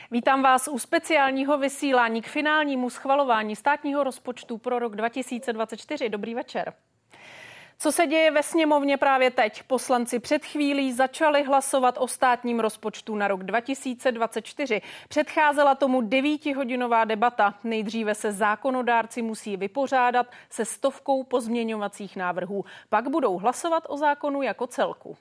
Vítám vás u speciálního vysílání k finálnímu schvalování státního rozpočtu pro rok 2024. Dobrý večer. Co se děje ve sněmovně právě teď? Poslanci před chvílí začali hlasovat o státním rozpočtu na rok 2024. Předcházela tomu 9hodinová debata. Nejdříve se zákonodárci musí vypořádat se 100 pozměňovacích návrhů. Pak budou hlasovat o zákonu jako celku.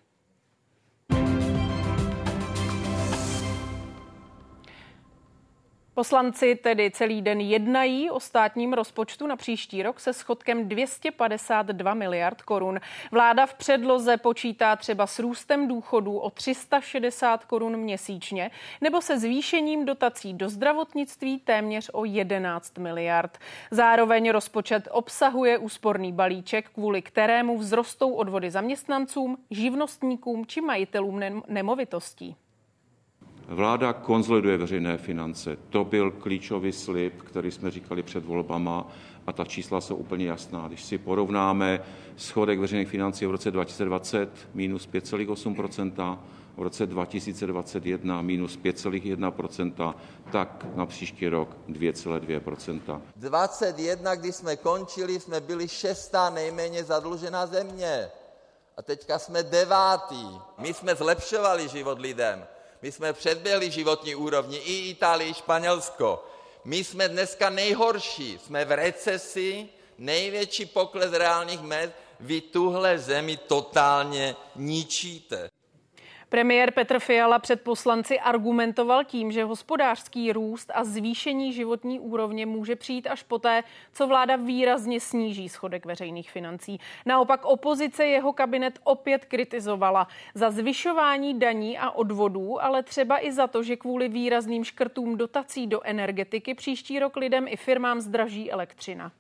Poslanci tedy celý den jednají o státním rozpočtu na příští rok se schodkem 252 miliard korun. Vláda v předloze počítá třeba s růstem důchodů o 360 korun měsíčně nebo se zvýšením dotací do zdravotnictví téměř o 11 miliard. Zároveň rozpočet obsahuje úsporný balíček, kvůli kterému vzrostou odvody zaměstnancům, živnostníkům či majitelům nemovitostí. Vláda konsoliduje veřejné finance. To byl klíčový slib, který jsme říkali před volbama a ta čísla jsou úplně jasná. Když si porovnáme schodek veřejných financí v roce 2020 minus 5,8%, v roce 2021 minus 5,1%, tak na příští rok 2,2%. 2021, když jsme končili, jsme byli 6. nejméně zadlužená země. A teďka jsme 9. My jsme zlepšovali život lidem. My jsme předběhli životní úrovni i Itálii, Španělsko. My jsme dneska nejhorší, jsme v recesi, největší pokles reálných mezd. Vy tuhle zemi totálně ničíte. Premiér Petr Fiala před poslanci argumentoval tím, že hospodářský růst a zvýšení životní úrovně může přijít až poté, co vláda výrazně sníží schodek veřejných financí. Naopak opozice jeho kabinet opět kritizovala za zvyšování daní a odvodů, ale třeba i za to, že kvůli výrazným škrtům dotací do energetiky příští rok lidem i firmám zdraží elektřina.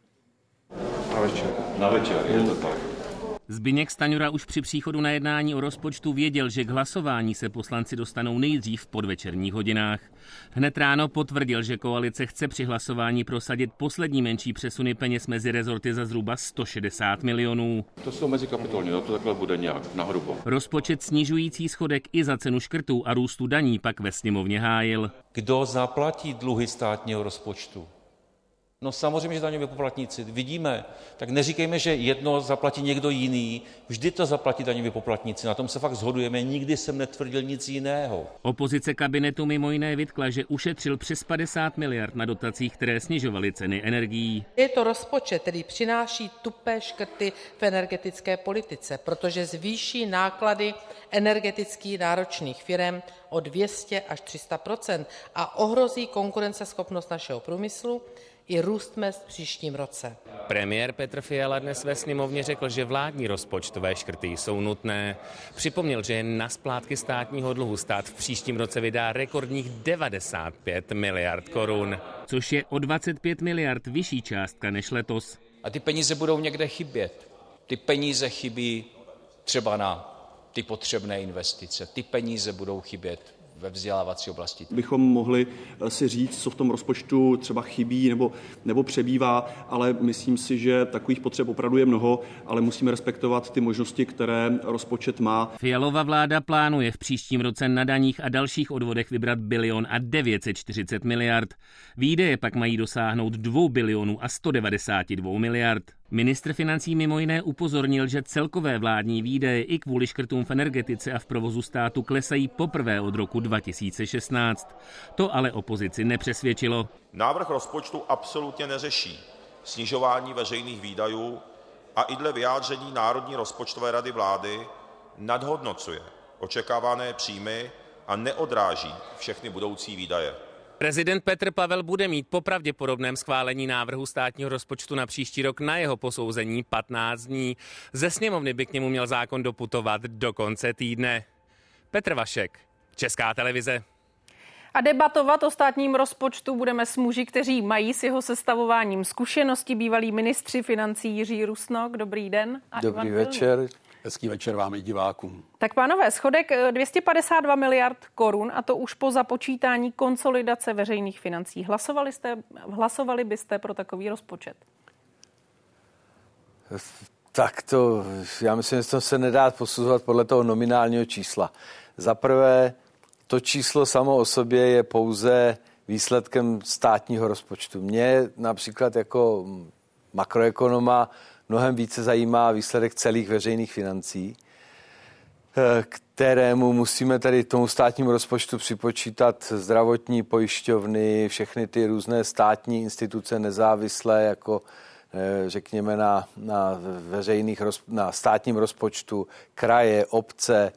Na večer, je to tak. Zbyněk Stanjura už při příchodu na jednání o rozpočtu věděl, že k hlasování se poslanci dostanou nejdřív v podvečerních hodinách. Hned ráno potvrdil, že koalice chce při hlasování prosadit poslední menší přesuny peněz mezi rezorty za zhruba 160 milionů. To jsou mezikapitolní, to takhle bude nějak nahrubo. Rozpočet snižující schodek i za cenu škrtů a růstu daní pak ve sněmovně hájil. Kdo zaplatí dluhy státního rozpočtu? No samozřejmě, že daňoví poplatníci, vidíme. Tak neříkejme, že jedno zaplatí někdo jiný, vždy to zaplatí daňoví poplatníci. Na tom se fakt shodujeme, nikdy jsem netvrdil nic jiného. Opozice kabinetu mimo jiné vytkla, že ušetřil přes 50 miliard na dotacích, které snižovaly ceny energií. Je to rozpočet, který přináší tupé škrty v energetické politice, protože zvýší náklady energeticky náročných firem o 200 až 300% a ohrozí konkurenceschopnost našeho průmyslu i růst mezd v příštím roce. Premiér Petr Fiala dnes ve sněmovně řekl, že vládní rozpočtové škrty jsou nutné. Připomněl, že na splátky státního dluhu stát v příštím roce vydá rekordních 95 miliard korun, což je o 25 miliard vyšší částka než letos. A ty peníze budou někde chybět. Ty peníze chybí třeba na ty potřebné investice. Ty peníze budou chybět ve vzdělávací oblasti. Bychom mohli si říct, co v tom rozpočtu třeba chybí nebo přebývá, ale myslím si, že takových potřeb opravdu je mnoho, ale musíme respektovat ty možnosti, které rozpočet má. Fialova vláda plánuje v příštím roce na daních a dalších odvodech vybrat 1 940 miliard. Výdaje pak mají dosáhnout 2 bilionů a 192 miliard. Ministr financí mimo jiné upozornil, že celkové vládní výdaje i kvůli škrtům v energetice a v provozu státu klesají poprvé od roku 2016. To ale opozici nepřesvědčilo. Návrh rozpočtu absolutně neřeší snižování veřejných výdajů a i dle vyjádření Národní rozpočtové rady vlády nadhodnocuje očekávané příjmy a neodráží všechny budoucí výdaje. Prezident Petr Pavel bude mít po pravděpodobném schválení návrhu státního rozpočtu na příští rok na jeho posouzení 15 dní. Ze sněmovny by k němu měl zákon doputovat do konce týdne. Petr Vašek, Česká televize. A debatovat o státním rozpočtu budeme s muži, kteří mají s jeho sestavováním zkušenosti. Bývalí ministři financí Jiří Rusnok, dobrý den. A dobrý večer. Hezký večer vám i divákům. Tak pánové, schodek 252 miliard korun a to už po započítání konsolidace veřejných financí. Hlasovali byste pro takový rozpočet? Tak to, já myslím, že to se nedá posuzovat podle toho nominálního čísla. Za prvé, to číslo samo o sobě je pouze výsledkem státního rozpočtu. Mě například jako makroekonoma mnohem více zajímá výsledek celých veřejných financí, kterému musíme tady tomu státnímu rozpočtu připočítat zdravotní pojišťovny, všechny ty různé státní instituce nezávislé, jako řekněme na státním rozpočtu, kraje, obce.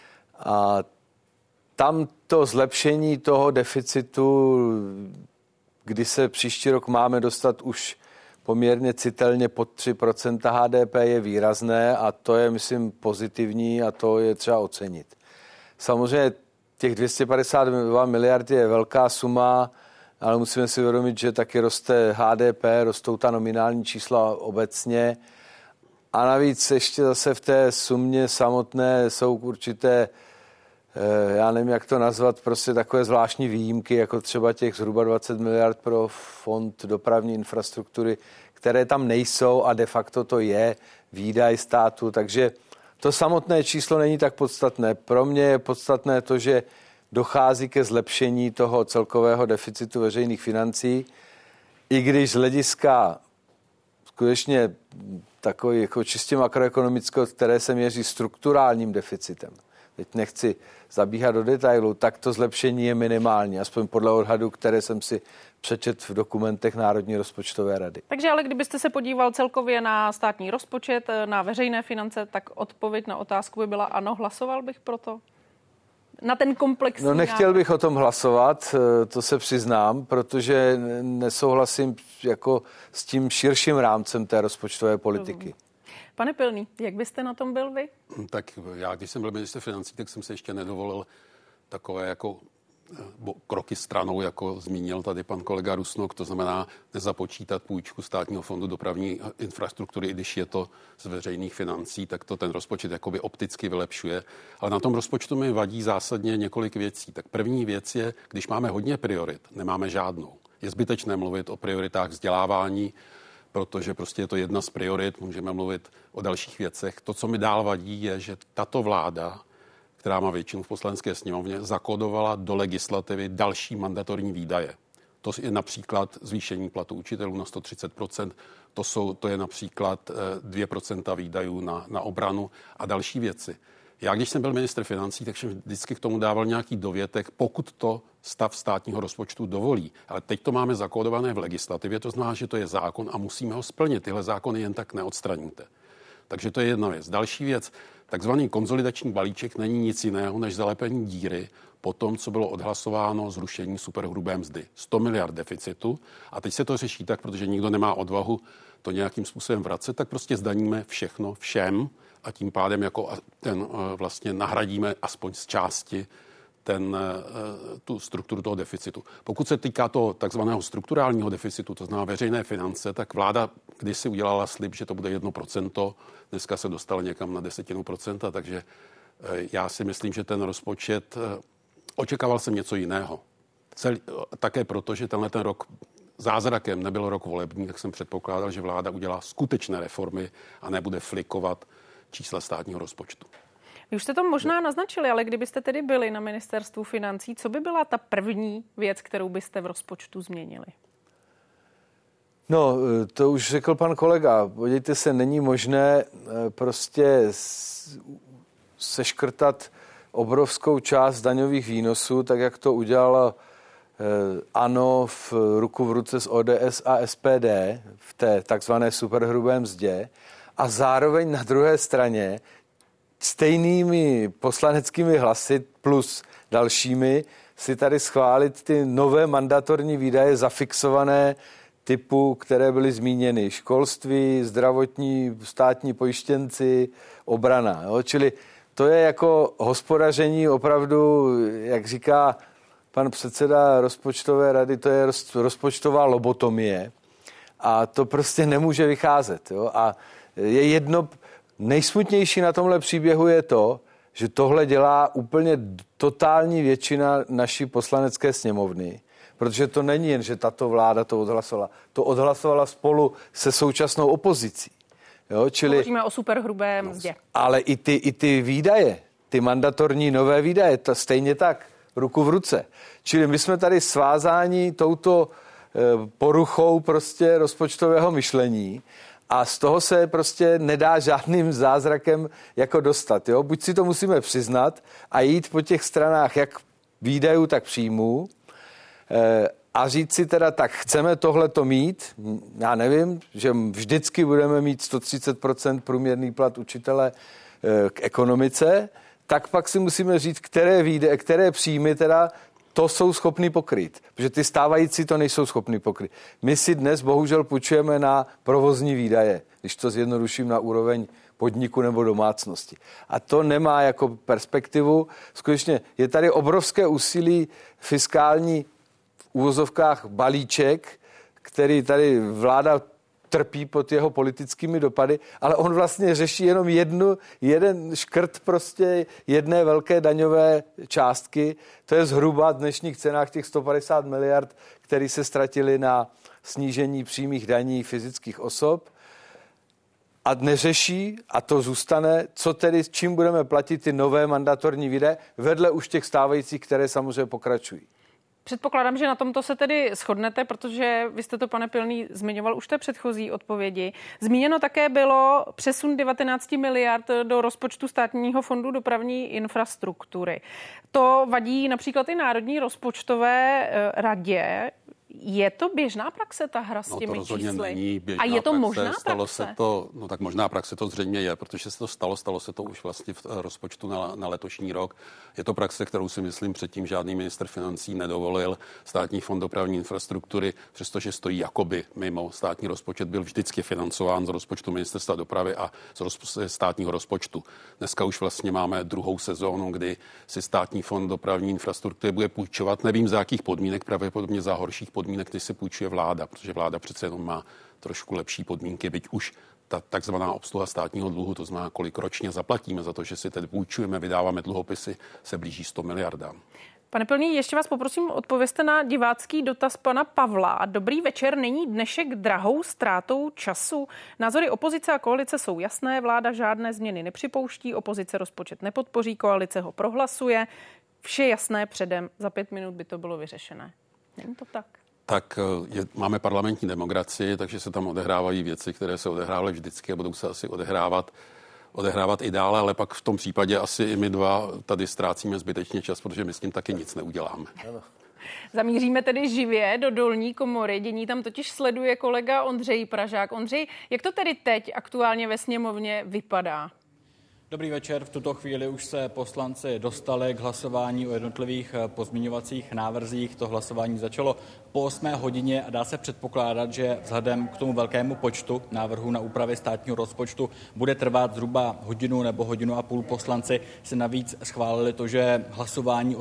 A tam to zlepšení toho deficitu, kdy se příští rok máme dostat už poměrně citelně pod 3% HDP, je výrazné a to je, myslím, pozitivní a to je třeba ocenit. Samozřejmě těch 252 miliard je velká suma, ale musíme si uvědomit, že taky roste HDP, rostou ta nominální čísla obecně a navíc ještě zase v té sumě samotné jsou určité, já nevím, jak to nazvat, prostě takové zvláštní výjimky, jako třeba těch zhruba 20 miliard pro fond dopravní infrastruktury, které tam nejsou a de facto to je výdaj státu, takže to samotné číslo není tak podstatné. Pro mě je podstatné to, že dochází ke zlepšení toho celkového deficitu veřejných financí, i když z hlediska skutečně takový jako čistě makroekonomického, které se měří strukturálním deficitem. Teď nechci zabíhat do detailu, tak to zlepšení je minimální, aspoň podle odhadu, které jsem si přečet v dokumentech Národní rozpočtové rady. Takže ale kdybyste se podíval celkově na státní rozpočet, na veřejné finance, tak odpověď na otázku by byla ano, hlasoval bych pro to? Na ten komplexní No nechtěl bych o tom hlasovat, to se přiznám, protože nesouhlasím jako s tím širším rámcem té rozpočtové politiky. Pane Pilný, jak byste na tom byl vy? Tak já, když jsem byl ministr financí, tak jsem se ještě nedovolil takové jako kroky stranou, jako zmínil tady pan kolega Rusnok, to znamená nezapočítat půjčku Státního fondu dopravní infrastruktury, i když je to z veřejných financí, tak to ten rozpočet jakoby opticky vylepšuje. Ale na tom rozpočtu mi vadí zásadně několik věcí. Tak první věc je, když máme hodně priorit, nemáme žádnou. Je zbytečné mluvit o prioritách vzdělávání, protože prostě je to jedna z priorit, můžeme mluvit o dalších věcech. To, co mi dál vadí, je, že tato vláda, která má většinu v Poslanecké sněmovně, zakodovala do legislativy další mandatorní výdaje. To je například zvýšení platu učitelů na 130%, to je například 2% výdajů na obranu a další věci. Já, když jsem byl ministr financí, tak jsem vždycky k tomu dával nějaký dovětek, pokud to stav státního rozpočtu dovolí. Ale teď to máme zakódované v legislativě, to znamená, že to je zákon a musíme ho splnit. Tyhle zákony jen tak neodstraníte. Takže to je jedna věc. Další věc, takzvaný konsolidační balíček není nic jiného než zalepení díry po tom, co bylo odhlasováno zrušení superhrubé mzdy. 100 miliard deficitu a teď se to řeší tak, protože nikdo nemá odvahu to nějakým způsobem vracet, tak prostě zdaníme všechno všem a tím pádem jako ten vlastně nahradíme aspoň z části tu strukturu toho deficitu. Pokud se týká toho takzvaného strukturálního deficitu, to znamená veřejné finance, tak vláda kdysi udělala slib, že to bude 1%, dneska se dostala někam na 10%, takže já si myslím, že ten rozpočet, očekával jsem něco jiného. Také proto, že tenhle ten rok zázrakem nebyl rok volební, tak jsem předpokládal, že vláda udělá skutečné reformy a nebude flikovat čísla státního rozpočtu. Vy už jste to možná naznačili, ale kdybyste tedy byli na ministerstvu financí, co by byla ta první věc, kterou byste v rozpočtu změnili? No, to už řekl pan kolega. Podívejte se, není možné prostě seškrtat obrovskou část daňových výnosů, tak jak to udělalo ANO v ruku v ruce s ODS a SPD v té takzvané superhrubé mzdě a zároveň na druhé straně stejnými poslaneckými hlasy plus dalšími si tady schválit ty nové mandatorní výdaje zafixované typu, které byly zmíněny. Školství, zdravotní, státní pojištěnci, obrana. Jo? Čili to je jako hospodaření opravdu, jak říká pan předseda rozpočtové rady, to je rozpočtová lobotomie a to prostě nemůže vycházet. Jo? A je jedno, nejsmutnější na tomhle příběhu je to, že tohle dělá úplně totální většina naší poslanecké sněmovny, protože to není jen, že tato vláda to odhlasovala. To odhlasovala spolu se současnou opozicí. Jo, čili hovoříme o superhrubé mzdě. Ale i ty výdaje, ty mandatorní nové výdaje, to stejně tak. ruku v ruce. Čili my jsme tady svázáni touto poruchou prostě rozpočtového myšlení a z toho se prostě nedá žádným zázrakem jako dostat. Jo? Buď si to musíme přiznat a jít po těch stranách jak výdajů, tak příjmů a říct si teda, tak chceme tohleto mít, já nevím, že vždycky budeme mít 130% průměrný plat učitele k ekonomice, tak pak si musíme říct, které příjmy teda to jsou schopni pokryt, protože ty stávající to nejsou schopni pokryt. My si dnes bohužel půjčujeme na provozní výdaje, když to zjednoduším na úroveň podniku nebo domácnosti. A to nemá jako perspektivu. Skutečně je tady obrovské úsilí fiskální v úvozovkách balíček, který tady vláda trpí pod jeho politickými dopady, ale on vlastně řeší jenom jeden škrt prostě jedné velké daňové částky. To je zhruba v dnešních cenách těch 150 miliard, které se ztratily na snížení přímých daní fyzických osob. A neřeší, a to zůstane, co tedy, s čím budeme platit ty nové mandatorní výdaje, vedle už těch stávajících, které samozřejmě pokračují. Předpokládám, že na tomto se tedy shodnete, protože vy jste to, pane Pilný, zmiňoval už té předchozí odpovědi. Zmíněno také bylo přesun 19 miliard do rozpočtu Státního fondu dopravní infrastruktury. To vadí například i Národní rozpočtové radě. Je to běžná praxe, ta hra s těmi čísly? Není běžná a je to praxe, možná stalo praxe? Se to, no tak možná praxe to zřejmě je, protože se to stalo se to už vlastně v rozpočtu na letošní rok. Je to praxe, kterou si myslím předtím žádný ministr financí nedovolil. Státní fond dopravní infrastruktury, přestože stojí jakoby mimo státní rozpočet, byl vždycky financován z rozpočtu ministerstva dopravy a z státního rozpočtu. Dneska už vlastně máme druhou sezónu, kdy si státní fond dopravní infrastruktury bude půjčovat, nevím za jakých podmínek, pravděpodobně za horších podmínek, než se půjčuje vláda, protože vláda přece jenom má trošku lepší podmínky, byť už ta takzvaná obsluha státního dluhu, to znamená, kolik ročně zaplatíme za to, že si teď půjčujeme, vydáváme dluhopisy, se blíží 100 miliardám. Pane Pilný, ještě vás poprosím, odpovězte na divácký dotaz pana Pavla. Dobrý večer, není dnešek drahou ztrátou času? Názory opozice a koalice jsou jasné, vláda žádné změny nepřipouští, opozice rozpočet nepodpoří, koalice ho prohlasuje. Vše jasné předem, za 5 minut by to bylo vyřešené. Není to tak? Tak máme parlamentní demokracii, takže se tam odehrávají věci, které se odehrávaly vždycky a budou se asi odehrávat i dále, ale pak v tom případě asi i my dva tady ztrácíme zbytečně čas, protože my s tím taky nic neuděláme. Zamíříme tedy živě do dolní komory. Dění tam totiž sleduje kolega Ondřej Pražák. Ondřej, jak to tedy teď aktuálně ve sněmovně vypadá? Dobrý večer, v tuto chvíli už se poslanci dostali k hlasování o jednotlivých pozměňovacích návrzích. To hlasování začalo po 8 hodině a dá se předpokládat, že vzhledem k tomu velkému počtu návrhů na úpravy státního rozpočtu bude trvat zhruba hodinu nebo hodinu a půl. Poslanci se navíc schválili to, že hlasování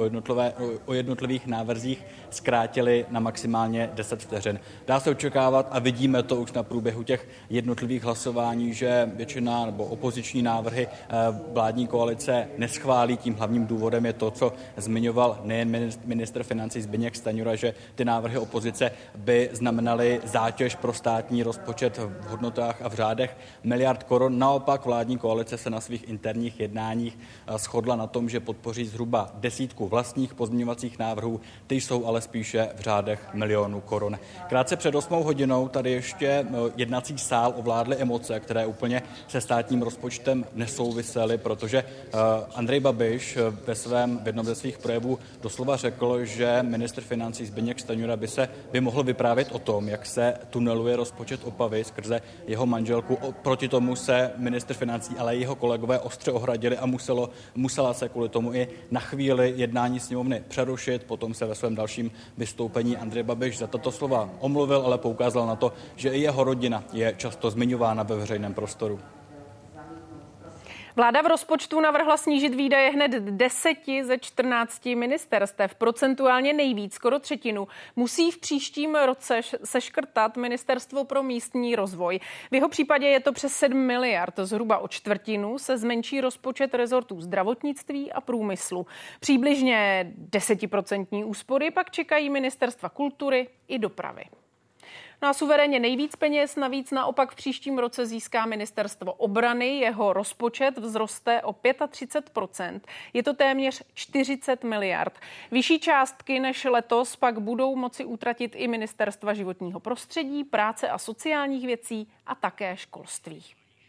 o jednotlivých návrzích zkrátili na maximálně 10 vteřin. Dá se očekávat a vidíme to už na průběhu těch jednotlivých hlasování, že většina nebo opoziční návrhy vládní koalice neschválí. Tím hlavním důvodem je to, co zmiňoval nejen ministr financí Zbyněk Stanjura, že ty návrhy opozice by znamenaly zátěž pro státní rozpočet v hodnotách a v řádech miliard korun. Naopak vládní koalice se na svých interních jednáních shodla na tom, že podpoří zhruba 10 vlastních pozměňovacích návrhů. Ty jsou ale spíše v řádech milionů korun. Krátce před 8 hodinou tady ještě jednací sál ovládly emoce, které úplně se státním rozpočtem nesouvisely, protože Andrej Babiš v jednom ze svých projevů doslova řekl, že ministr financí Zbyněk Stanjura by mohl vyprávět o tom, jak se tuneluje rozpočet Opavy skrze jeho manželku. Proti tomu se ministr financí, ale i jeho kolegové ostře ohradili a musela se kvůli tomu i na chvíli jednání sněmovny přerušit. Potom se ve svém dalším vystoupení Andrej Babiš za tato slova omluvil, ale poukázal na to, že i jeho rodina je často zmiňována ve veřejném prostoru. Vláda v rozpočtu navrhla snížit výdaje hned 10 ze 14 ministerstev. Procentuálně nejvíc, skoro třetinu, musí v příštím roce seškrtat Ministerstvo pro místní rozvoj. V jeho případě je to přes 7 miliard. Zhruba o čtvrtinu se zmenší rozpočet rezortů zdravotnictví a průmyslu. Přibližně 10% úspory pak čekají ministerstva kultury i dopravy. No a suverénně nejvíc peněz navíc naopak v příštím roce získá ministerstvo obrany. Jeho rozpočet vzroste o 35%. Je to téměř 40 miliard. Vyšší částky než letos pak budou moci utratit i ministerstva životního prostředí, práce a sociálních věcí a také školství.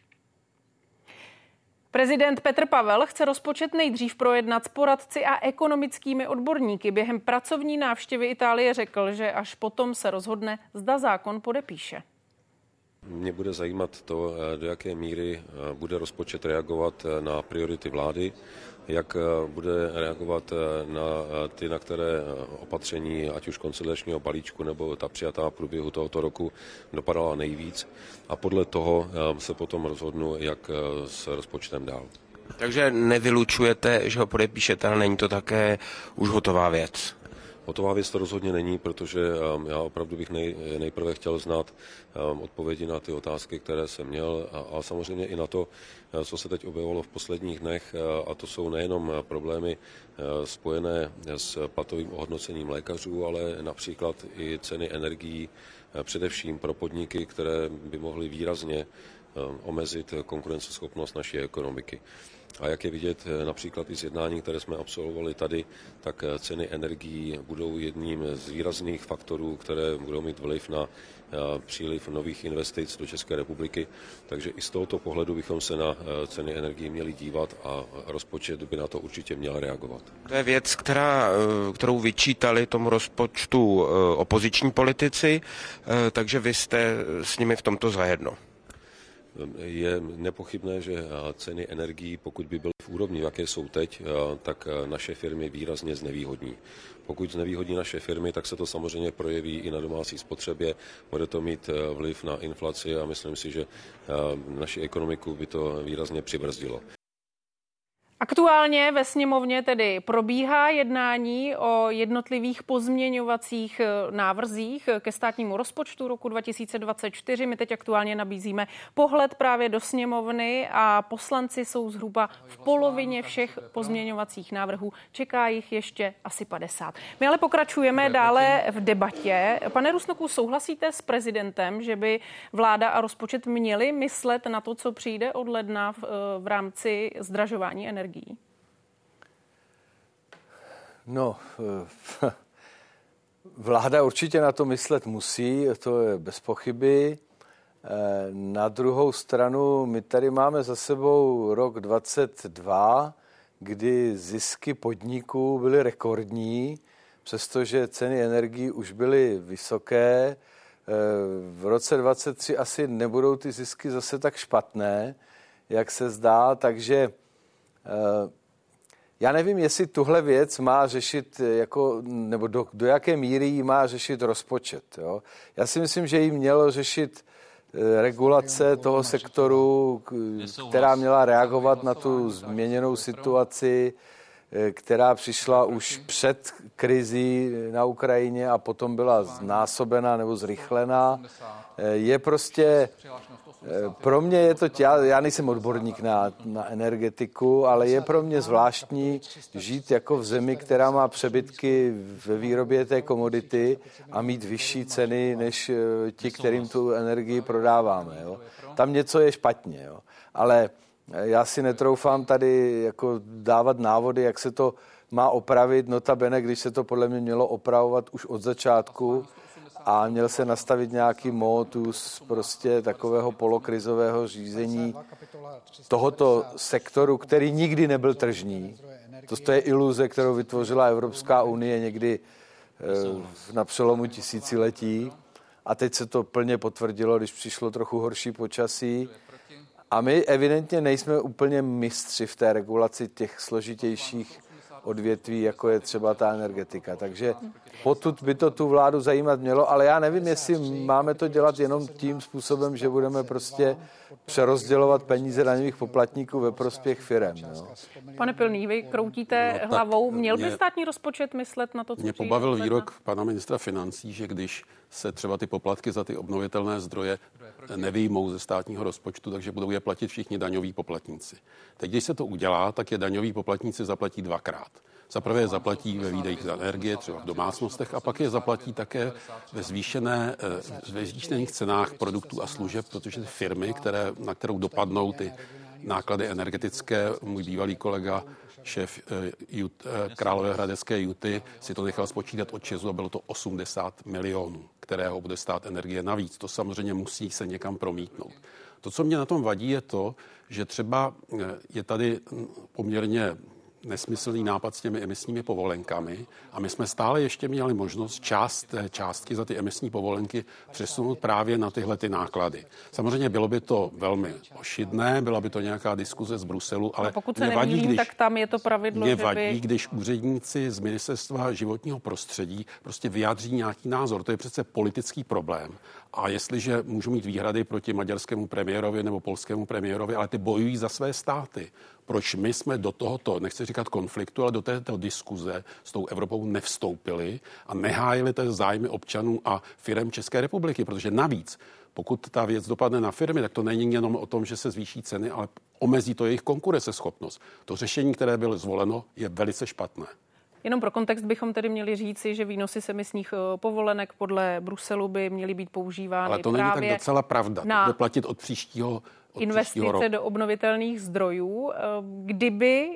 Prezident Petr Pavel chce rozpočet nejdřív projednat s poradci a ekonomickými odborníky. Během pracovní návštěvy Itálie řekl, že až potom se rozhodne, zda zákon podepíše. Mě bude zajímat to, do jaké míry bude rozpočet reagovat na priority vlády, jak bude reagovat na ty, na které opatření, ať už konsolidačního balíčku nebo ta přijatá v průběhu tohoto roku dopadala nejvíc. A podle toho se potom rozhodnu, jak s rozpočtem dál. Takže nevylučujete, že ho podepíšete, ale není to také už hotová věc? Hotová věc to rozhodně není, protože já opravdu bych nejprve chtěl znát odpovědi na ty otázky, které jsem měl a samozřejmě i na to, co se teď objevilo v posledních dnech, a to jsou nejenom problémy spojené s platovým ohodnocením lékařů, ale například i ceny energií, především pro podniky, které by mohly výrazně omezit konkurenceschopnost naší ekonomiky. A jak je vidět například i z jednání, které jsme absolvovali tady, tak ceny energií budou jedním z výrazných faktorů, které budou mít vliv na příliv nových investic do České republiky. Takže i z tohoto pohledu bychom se na ceny energií měli dívat a rozpočet by na to určitě měl reagovat. To je věc, kterou vyčítali tomu rozpočtu opoziční politici, takže vy jste s nimi v tomto zajedno. Je nepochybné, že ceny energií, pokud by byly v úrovni, jaké jsou teď, tak naše firmy výrazně znevýhodní. Pokud znevýhodní naše firmy, tak se to samozřejmě projeví i na domácí spotřebě, bude to mít vliv na inflaci a myslím si, že naši ekonomiku by to výrazně přibrzdilo. Aktuálně ve sněmovně tedy probíhá jednání o jednotlivých pozměňovacích návrzích ke státnímu rozpočtu roku 2024. My teď aktuálně nabízíme pohled právě do sněmovny a poslanci jsou zhruba v polovině všech pozměňovacích návrhů. Čeká jich ještě asi 50. My ale pokračujeme dále v debatě. Pane Rusnoku, souhlasíte s prezidentem, že by vláda a rozpočet měli myslet na to, co přijde od ledna v rámci zdražování energií? No, vláda určitě na to myslet musí, to je bez pochyby. Na druhou stranu, my tady máme za sebou rok 2022, kdy zisky podniků byly rekordní, přestože ceny energií už byly vysoké. V roce 2023 asi nebudou ty zisky zase tak špatné, jak se zdá, takže já nevím, jestli tuhle věc má řešit, nebo do jaké míry ji má řešit rozpočet. Jo? Já si myslím, že ji mělo řešit regulace toho sektoru, která měla reagovat na tu změněnou situaci, která přišla už před krizí na Ukrajině a potom byla znásobena nebo zrychlená. Je prostě... Pro mě je to, já nejsem odborník na energetiku, ale je pro mě zvláštní žít jako v zemi, která má přebytky ve výrobě té komodity a mít vyšší ceny než ti, kterým tu energii prodáváme. Jo. Tam něco je špatně, jo. Ale já si netroufám tady jako dávat návody, jak se to má opravit, notabene, když se to podle mě mělo opravovat už od začátku, a měl se nastavit nějaký modus prostě takového polokrizového řízení tohoto sektoru, který nikdy nebyl tržní. To je iluze, kterou vytvořila Evropská unie někdy na přelomu tisíciletí a teď se to plně potvrdilo, když přišlo trochu horší počasí. A my evidentně nejsme úplně mistři v té regulaci těch složitějších odvětví, jako je třeba ta energetika. Takže potud by to tu vládu zajímat mělo, ale já nevím, jestli máme to dělat jenom tím způsobem, že budeme prostě přerozdělovat peníze daňových poplatníků ve prospěch firem. Jo. Pane Pilný, vy kroutíte hlavou. Měl by státní rozpočet myslet na to, co mě pobavil výrok pana ministra financí, že když se třeba ty poplatky za ty obnovitelné zdroje nevyjmou ze státního rozpočtu, takže budou je platit všichni daňoví poplatníci. Teď, když se to udělá, tak je daňoví poplatníci zaplatí dvakrát. Za prvé je zaplatí ve výdejích za energie, třeba v domácnostech, a pak je zaplatí také ve zvýšených cenách produktů a služeb, protože ty firmy, na kterou dopadnou ty náklady energetické, můj bývalý kolega, šéf Královéhradecké Juty, si to nechal spočítat od ČEZu a bylo to 80 milionů, kterého bude stát energie navíc. To samozřejmě musí se někam promítnout. To, co mě na tom vadí, je to, že třeba je tady poměrně nesmyslný nápad s těmi emisními povolenkami a my jsme stále ještě měli možnost část té částky za ty emisní povolenky přesunout právě na tyhle ty náklady. Samozřejmě bylo by to velmi ošidné, byla by to nějaká diskuze z Bruselu, ale pokud se nemýlím, tak tam je to pravidlo, mě vadí, když úředníci z Ministerstva životního prostředí prostě vyjádří nějaký názor. To je přece politický problém. A jestliže můžu mít výhrady proti maďarskému premiérovi nebo polskému premiérovi, ale ty bojují za své státy. Proč my jsme do tohoto, nechci říkat konfliktu, ale do této diskuze s tou Evropou nevstoupili a nehájili ty zájmy občanů a firem České republiky? Protože navíc, pokud ta věc dopadne na firmy, tak to není jenom o tom, že se zvýší ceny, ale omezí to jejich konkurenceschopnost. To řešení, které bylo zvoleno, je velice špatné. Jenom pro kontext bychom tedy měli říci, že výnosy z emisních povolenek podle Bruselu by měly být používány. Ale to není tak docela pravda. To bude platit od příštího investice do obnovitelných zdrojů. Kdyby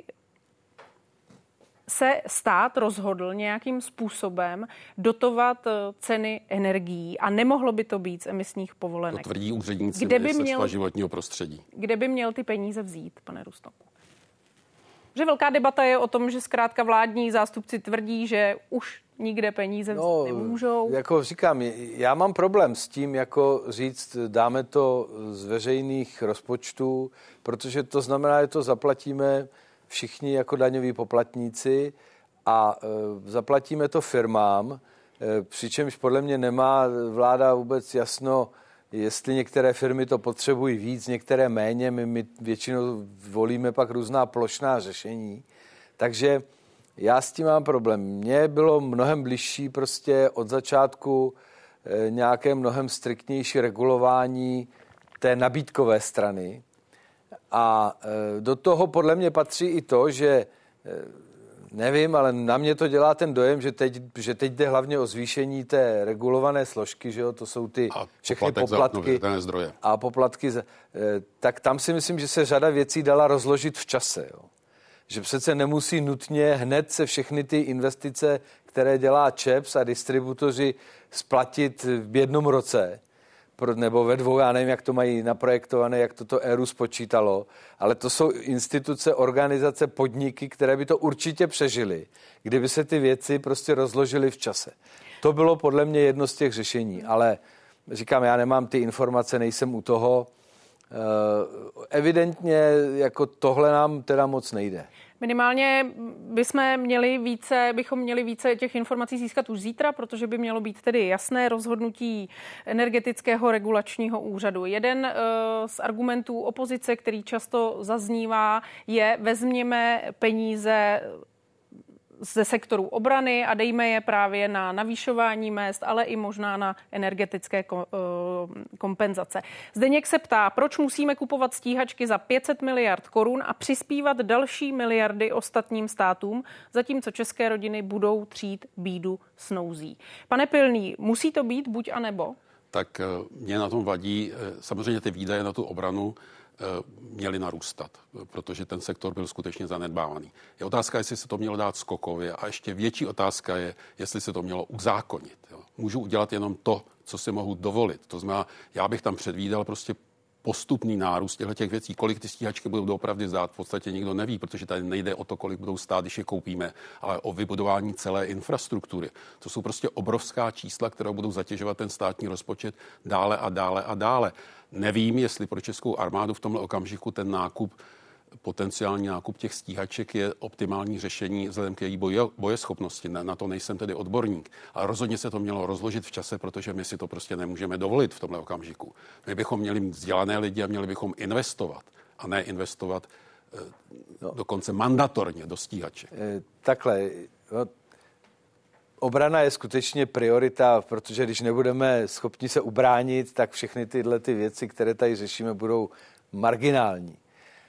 se stát rozhodl nějakým způsobem dotovat ceny energií a nemohlo by to být z emisních povolenek. To tvrdí úředníci Ministerstva životního prostředí. Kde by měl ty peníze vzít, pane Rusnoku? Že velká debata je o tom, že zkrátka vládní zástupci tvrdí, že už nikde peníze vzít nemůžou. Jako říkám, já mám problém s tím, jako říct, dáme to z veřejných rozpočtů, protože to znamená, že to zaplatíme všichni jako daňoví poplatníci a zaplatíme to firmám, přičemž podle mě nemá vláda vůbec jasno, jestli některé firmy to potřebují víc, některé méně. My většinou volíme pak různá plošná řešení. Takže já s tím mám problém. Mně bylo mnohem bližší prostě od začátku nějaké mnohem striktnější regulování té nabídkové strany. A do toho podle mě patří i to, že nevím, ale na mě to dělá ten dojem, že teď jde hlavně o zvýšení té regulované složky, že jo, to jsou ty všechny poplatky a poplatky. Tak tam si myslím, že se řada věcí dala rozložit v čase, jo. Že přece nemusí nutně hned se všechny ty investice, které dělá ČEPS a distributoři, splatit v jednom roce, nebo ve dvou, já nevím, jak to mají naprojektované, jak toto ERU spočítalo, ale to jsou instituce, organizace, podniky, které by to určitě přežily, kdyby se ty věci prostě rozložily v čase. To bylo podle mě jedno z těch řešení, ale říkám, já nemám ty informace, nejsem u toho. Evidentně jako tohle nám teda moc nejde. Minimálně bychom měli více těch informací získat už zítra, protože by mělo být tedy jasné rozhodnutí Energetického regulačního úřadu. Jeden z argumentů opozice, který často zaznívá, je vezměme peníze ze sektoru obrany a dejme je právě na navýšování mezd, ale i možná na energetické kompenzace. Zdeněk se ptá, proč musíme kupovat stíhačky za 500 miliard korun a přispívat další miliardy ostatním státům, zatímco české rodiny budou třít bídu s nouzí. Pane Pilný, musí to být buď a nebo? Tak mě na tom vadí, samozřejmě ty výdaje na tu obranu měly narůstat, protože ten sektor byl skutečně zanedbávaný. Je otázka, jestli se to mělo dát skokově a ještě větší otázka je, jestli se to mělo uzákonit. Jo. Můžu udělat jenom to, co si mohu dovolit. To znamená, já bych tam předvídal prostě postupný nárůst těch věcí. Kolik ty stíhačky budou doopravdy zdát, v podstatě nikdo neví, protože tady nejde o to, kolik budou stát, když je koupíme, ale o vybudování celé infrastruktury. To jsou prostě obrovská čísla, které budou zatěžovat ten státní rozpočet dále a dále a dále. Nevím, jestli pro českou armádu v tomhle okamžiku ten potenciální nákup těch stíhaček je optimální řešení vzhledem k její bojeschopnosti. Na to nejsem tedy odborník. Ale rozhodně se to mělo rozložit v čase, protože my si to prostě nemůžeme dovolit v tomhle okamžiku. My bychom měli mít vzdělané lidi a měli bychom investovat a ne investovat dokonce mandatorně do stíhaček. Takhle, obrana je skutečně priorita, protože když nebudeme schopni se ubránit, tak všechny tyhle ty věci, které tady řešíme, budou marginální.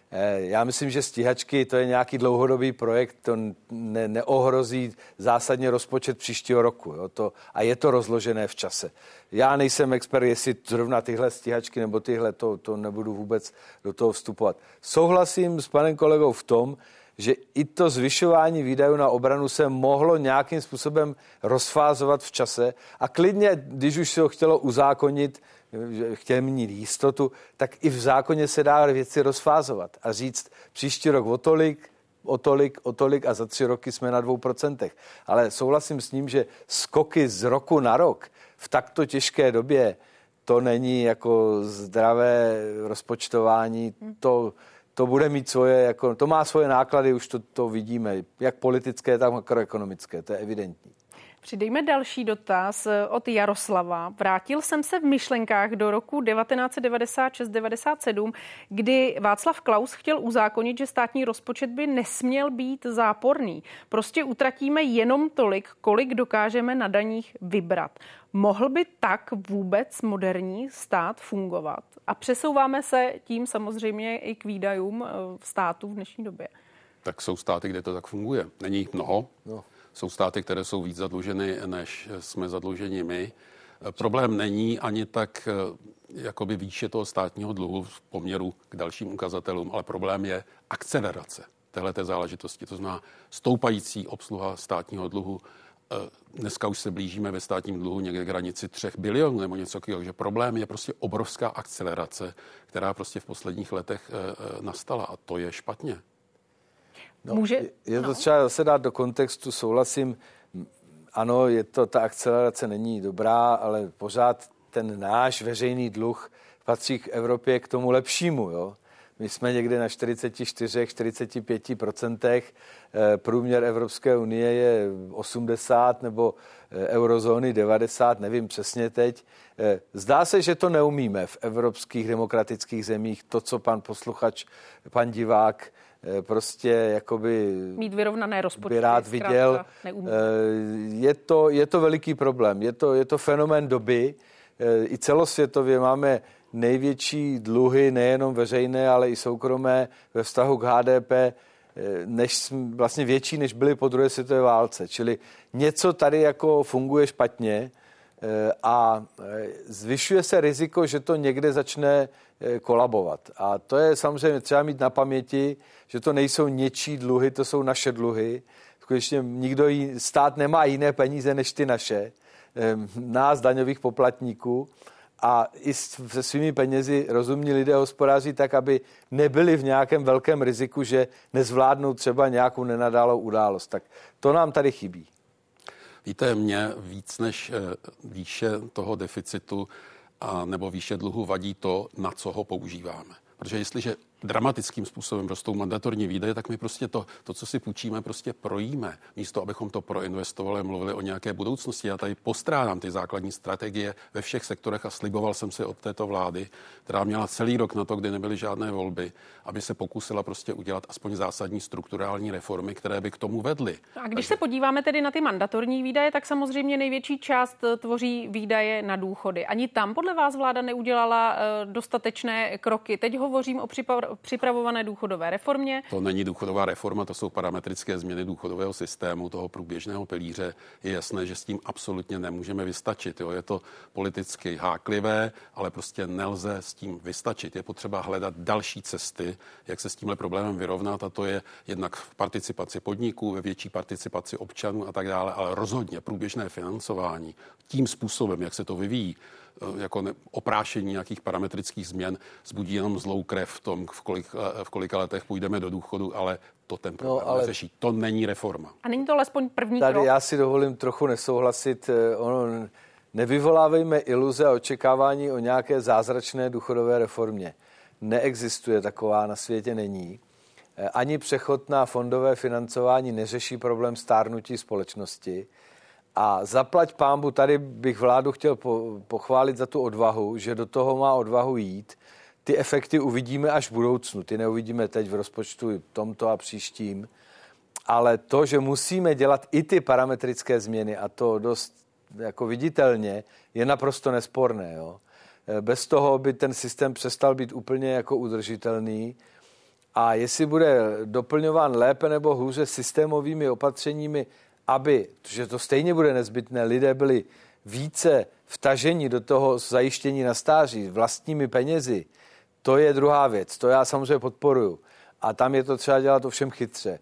Já myslím, že stíhačky to je nějaký dlouhodobý projekt, to neohrozí zásadně rozpočet příštího roku. Jo? A je to rozložené v čase. Já nejsem expert, jestli zrovna tyhle stíhačky nebo tyhle, to nebudu vůbec do toho vstupovat. Souhlasím s panem kolegou v tom, že i to zvyšování výdajů na obranu se mohlo nějakým způsobem rozfázovat v čase a klidně, když už se ho chtělo uzákonit, chtěl mít jistotu, tak i v zákoně se dá věci rozfázovat a říct příští rok o tolik a za 3 roky jsme na 2%. Ale souhlasím s ním, že skoky z roku na rok v takto těžké době to není jako zdravé rozpočtování, to bude mít svoje, to má svoje náklady, už to vidíme, jak politické, tak makroekonomické, to je evidentní. Přidejme další dotaz od Jaroslava. Vrátil jsem se v myšlenkách do roku 1996-97, kdy Václav Klaus chtěl uzákonit, že státní rozpočet by nesměl být záporný. Prostě utratíme jenom tolik, kolik dokážeme na daních vybrat. Mohl by tak vůbec moderní stát fungovat? A přesouváme se tím samozřejmě i k výdajům státu v dnešní době. Tak jsou státy, kde to tak funguje. Není jich mnoho. No. Jsou státy, které jsou víc zadluženy, než jsme zadluženi my. Problém není ani tak jakoby výše toho státního dluhu v poměru k dalším ukazatelům, ale problém je akcelerace téhleté záležitosti. To znamená stoupající obsluha státního dluhu. Dneska už se blížíme ve státním dluhu někde k hranici 3 bilionů nebo něco takového. Takže problém je prostě obrovská akcelerace, která prostě v posledních letech nastala a to je špatně. Je to třeba zase dát do kontextu, souhlasím, ano, ta akcelerace není dobrá, ale pořád ten náš veřejný dluh patří k Evropě k tomu lepšímu, jo. My jsme někde na 44-45%, průměr Evropské unie je 80 nebo eurozóny 90, nevím přesně teď. Zdá se, že to neumíme v evropských demokratických zemích, to, co pan posluchač, pan divák prostě jakoby mít vyrovnané rozpočty, by rád viděl. Je to veliký problém. Je to fenomén doby. I celosvětově máme největší dluhy, nejenom veřejné, ale i soukromé ve vztahu k HDP, vlastně větší, než byly po druhé světové válce. Čili něco tady jako funguje špatně a zvyšuje se riziko, že to někde začne kolabovat. A to je samozřejmě třeba mít na paměti, že to nejsou něčí dluhy, to jsou naše dluhy. Skutečně stát nemá jiné peníze než ty naše, nás, daňových poplatníků. A i se svými penězi rozumní lidé hospodáří tak, aby nebyli v nějakém velkém riziku, že nezvládnou třeba nějakou nenadálou událost. Tak to nám tady chybí. Víte, mě víc než výše toho deficitu nebo výše dluhu vadí to, na co ho používáme. Protože jestliže dramatickým způsobem rostou mandatorní výdaje, tak my prostě to, co si půjčíme, prostě projíme. Místo, abychom to proinvestovali, mluvili o nějaké budoucnosti. Já tady postrádám ty základní strategie ve všech sektorech a sliboval jsem si od této vlády, která měla celý rok na to, kdy nebyly žádné volby, aby se pokusila prostě udělat aspoň zásadní strukturální reformy, které by k tomu vedly. A když se podíváme tedy na ty mandatorní výdaje, tak samozřejmě největší část tvoří výdaje na důchody. Ani tam podle vás vláda neudělala dostatečné kroky. Teď hovořím o připravované důchodové reformě. To není důchodová reforma, to jsou parametrické změny důchodového systému, toho průběžného pilíře. Je jasné, že s tím absolutně nemůžeme vystačit. Jo. Je to politicky háklivé, ale prostě nelze s tím vystačit. Je potřeba hledat další cesty, jak se s tímhle problémem vyrovnat, a to je jednak v participaci podniků, ve větší participaci občanů a tak dále, ale rozhodně průběžné financování tím způsobem, jak se to vyvíjí, jako oprášení nějakých parametrických změn zbudí jenom zlou krev v tom, v kolika letech půjdeme do důchodu, ale to ten problém neřeší. To není reforma. A není to alespoň první krok? Tady já si dovolím trochu nesouhlasit. Nevyvolávejme iluze a očekávání o nějaké zázračné důchodové reformě. Neexistuje taková, na světě není. Ani přechod na fondové financování neřeší problém stárnutí společnosti. A zaplať pánbu, tady bych vládu chtěl pochválit za tu odvahu, že do toho má odvahu jít. Ty efekty uvidíme až v budoucnu, ty neuvidíme teď v rozpočtu tomto a příštím. Ale to, že musíme dělat i ty parametrické změny, a to dost jako viditelně, je naprosto nesporné. Jo? Bez toho by ten systém přestal být úplně jako udržitelný. A jestli bude doplňován lépe nebo hůře systémovými opatřeními, protože to stejně bude nezbytné, lidé byli více vtaženi do toho zajištění na stáří vlastními penězi, to je druhá věc. To já samozřejmě podporuju. A tam je to třeba dělat ovšem chytře.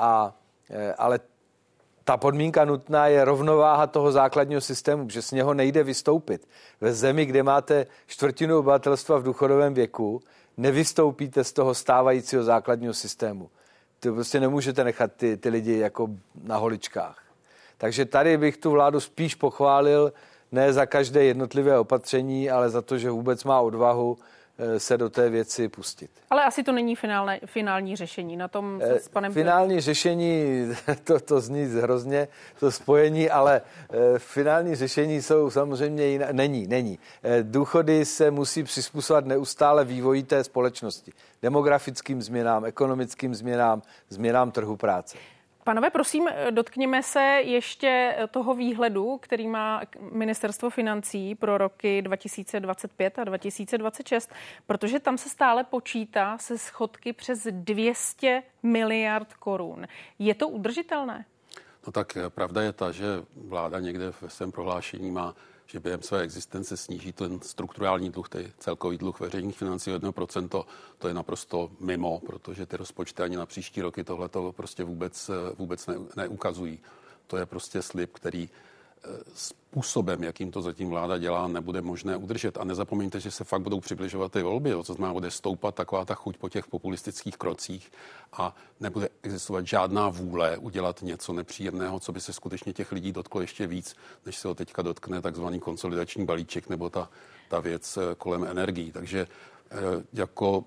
Ale ta podmínka nutná je rovnováha toho základního systému, protože z něho nejde vystoupit. Ve zemi, kde máte čtvrtinu obyvatelstva v důchodovém věku, nevystoupíte z toho stávajícího základního systému. To prostě nemůžete nechat ty lidi jako na holičkách. Takže tady bych tu vládu spíš pochválil, ne za každé jednotlivé opatření, ale za to, že vůbec má odvahu se do té věci pustit. Ale asi to není finální řešení. Na tom se s panem... Finální řešení, to zní hrozně, to spojení, ale finální řešení jsou samozřejmě není. Důchody se musí přizpůsobovat neustále vývoji té společnosti. Demografickým změnám, ekonomickým změnám trhu práce. Pánové, prosím, dotkněme se ještě toho výhledu, který má Ministerstvo financí pro roky 2025 a 2026, protože tam se stále počítá se schodky přes 200 miliard korun. Je to udržitelné? No tak pravda je ta, že vláda někde ve svém prohlášení má, že během své existence sníží ten strukturální dluh, tedy celkový dluh veřejných financí o 1%, to je naprosto mimo, protože ty rozpočty ani na příští roky tohleto prostě vůbec neukazují. To je prostě slib, který způsobem, jakým to zatím vláda dělá, nebude možné udržet. A nezapomeňte, že se fakt budou přibližovat ty volby, co znamená, bude stoupat taková ta chuť po těch populistických krocích a nebude existovat žádná vůle udělat něco nepříjemného, co by se skutečně těch lidí dotklo ještě víc, než se ho teďka dotkne takzvaný konsolidační balíček nebo ta věc kolem energií. Takže jako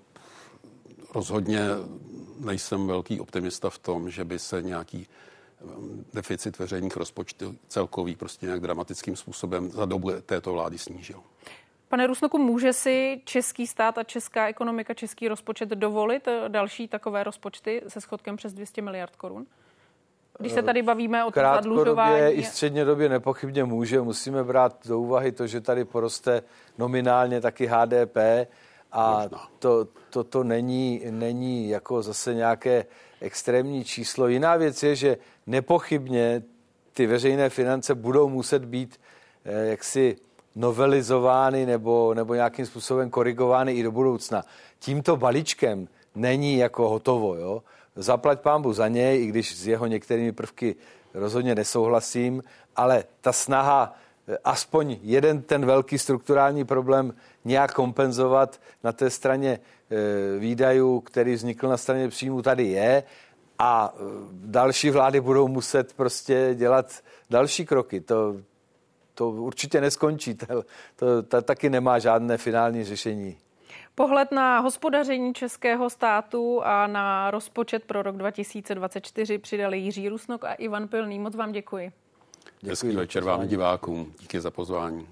rozhodně nejsem velký optimista v tom, že by se nějaký deficit veřejných rozpočtů celkový prostě nějak dramatickým způsobem za dobu této vlády snížil. Pane Rusnoku, může si český stát a česká ekonomika, český rozpočet dovolit další takové rozpočty se schodkem přes 200 miliard korun? Když se tady bavíme o tom zadlužování. Krátkodobě i střednědobě nepochybně může. Musíme brát do úvahy to, že tady poroste nominálně taky HDP a to není jako zase nějaké extrémní číslo. Jiná věc je, že nepochybně ty veřejné finance budou muset být jaksi novelizovány nebo nějakým způsobem korigovány i do budoucna. Tímto balíčkem není jako hotovo. Jo? Zaplať pánbůh za něj, i když s jeho některými prvky rozhodně nesouhlasím, ale ta snaha aspoň jeden ten velký strukturální problém nějak kompenzovat na té straně výdajů, který vznikl na straně příjmu, tady je a další vlády budou muset prostě dělat další kroky. To určitě neskončí. To taky nemá žádné finální řešení. Pohled na hospodaření českého státu a na rozpočet pro rok 2024 přidali Jiří Rusnok a Ivan Pilný. Moc vám děkuji. Hezký večer vám divákům. Díky za pozvání.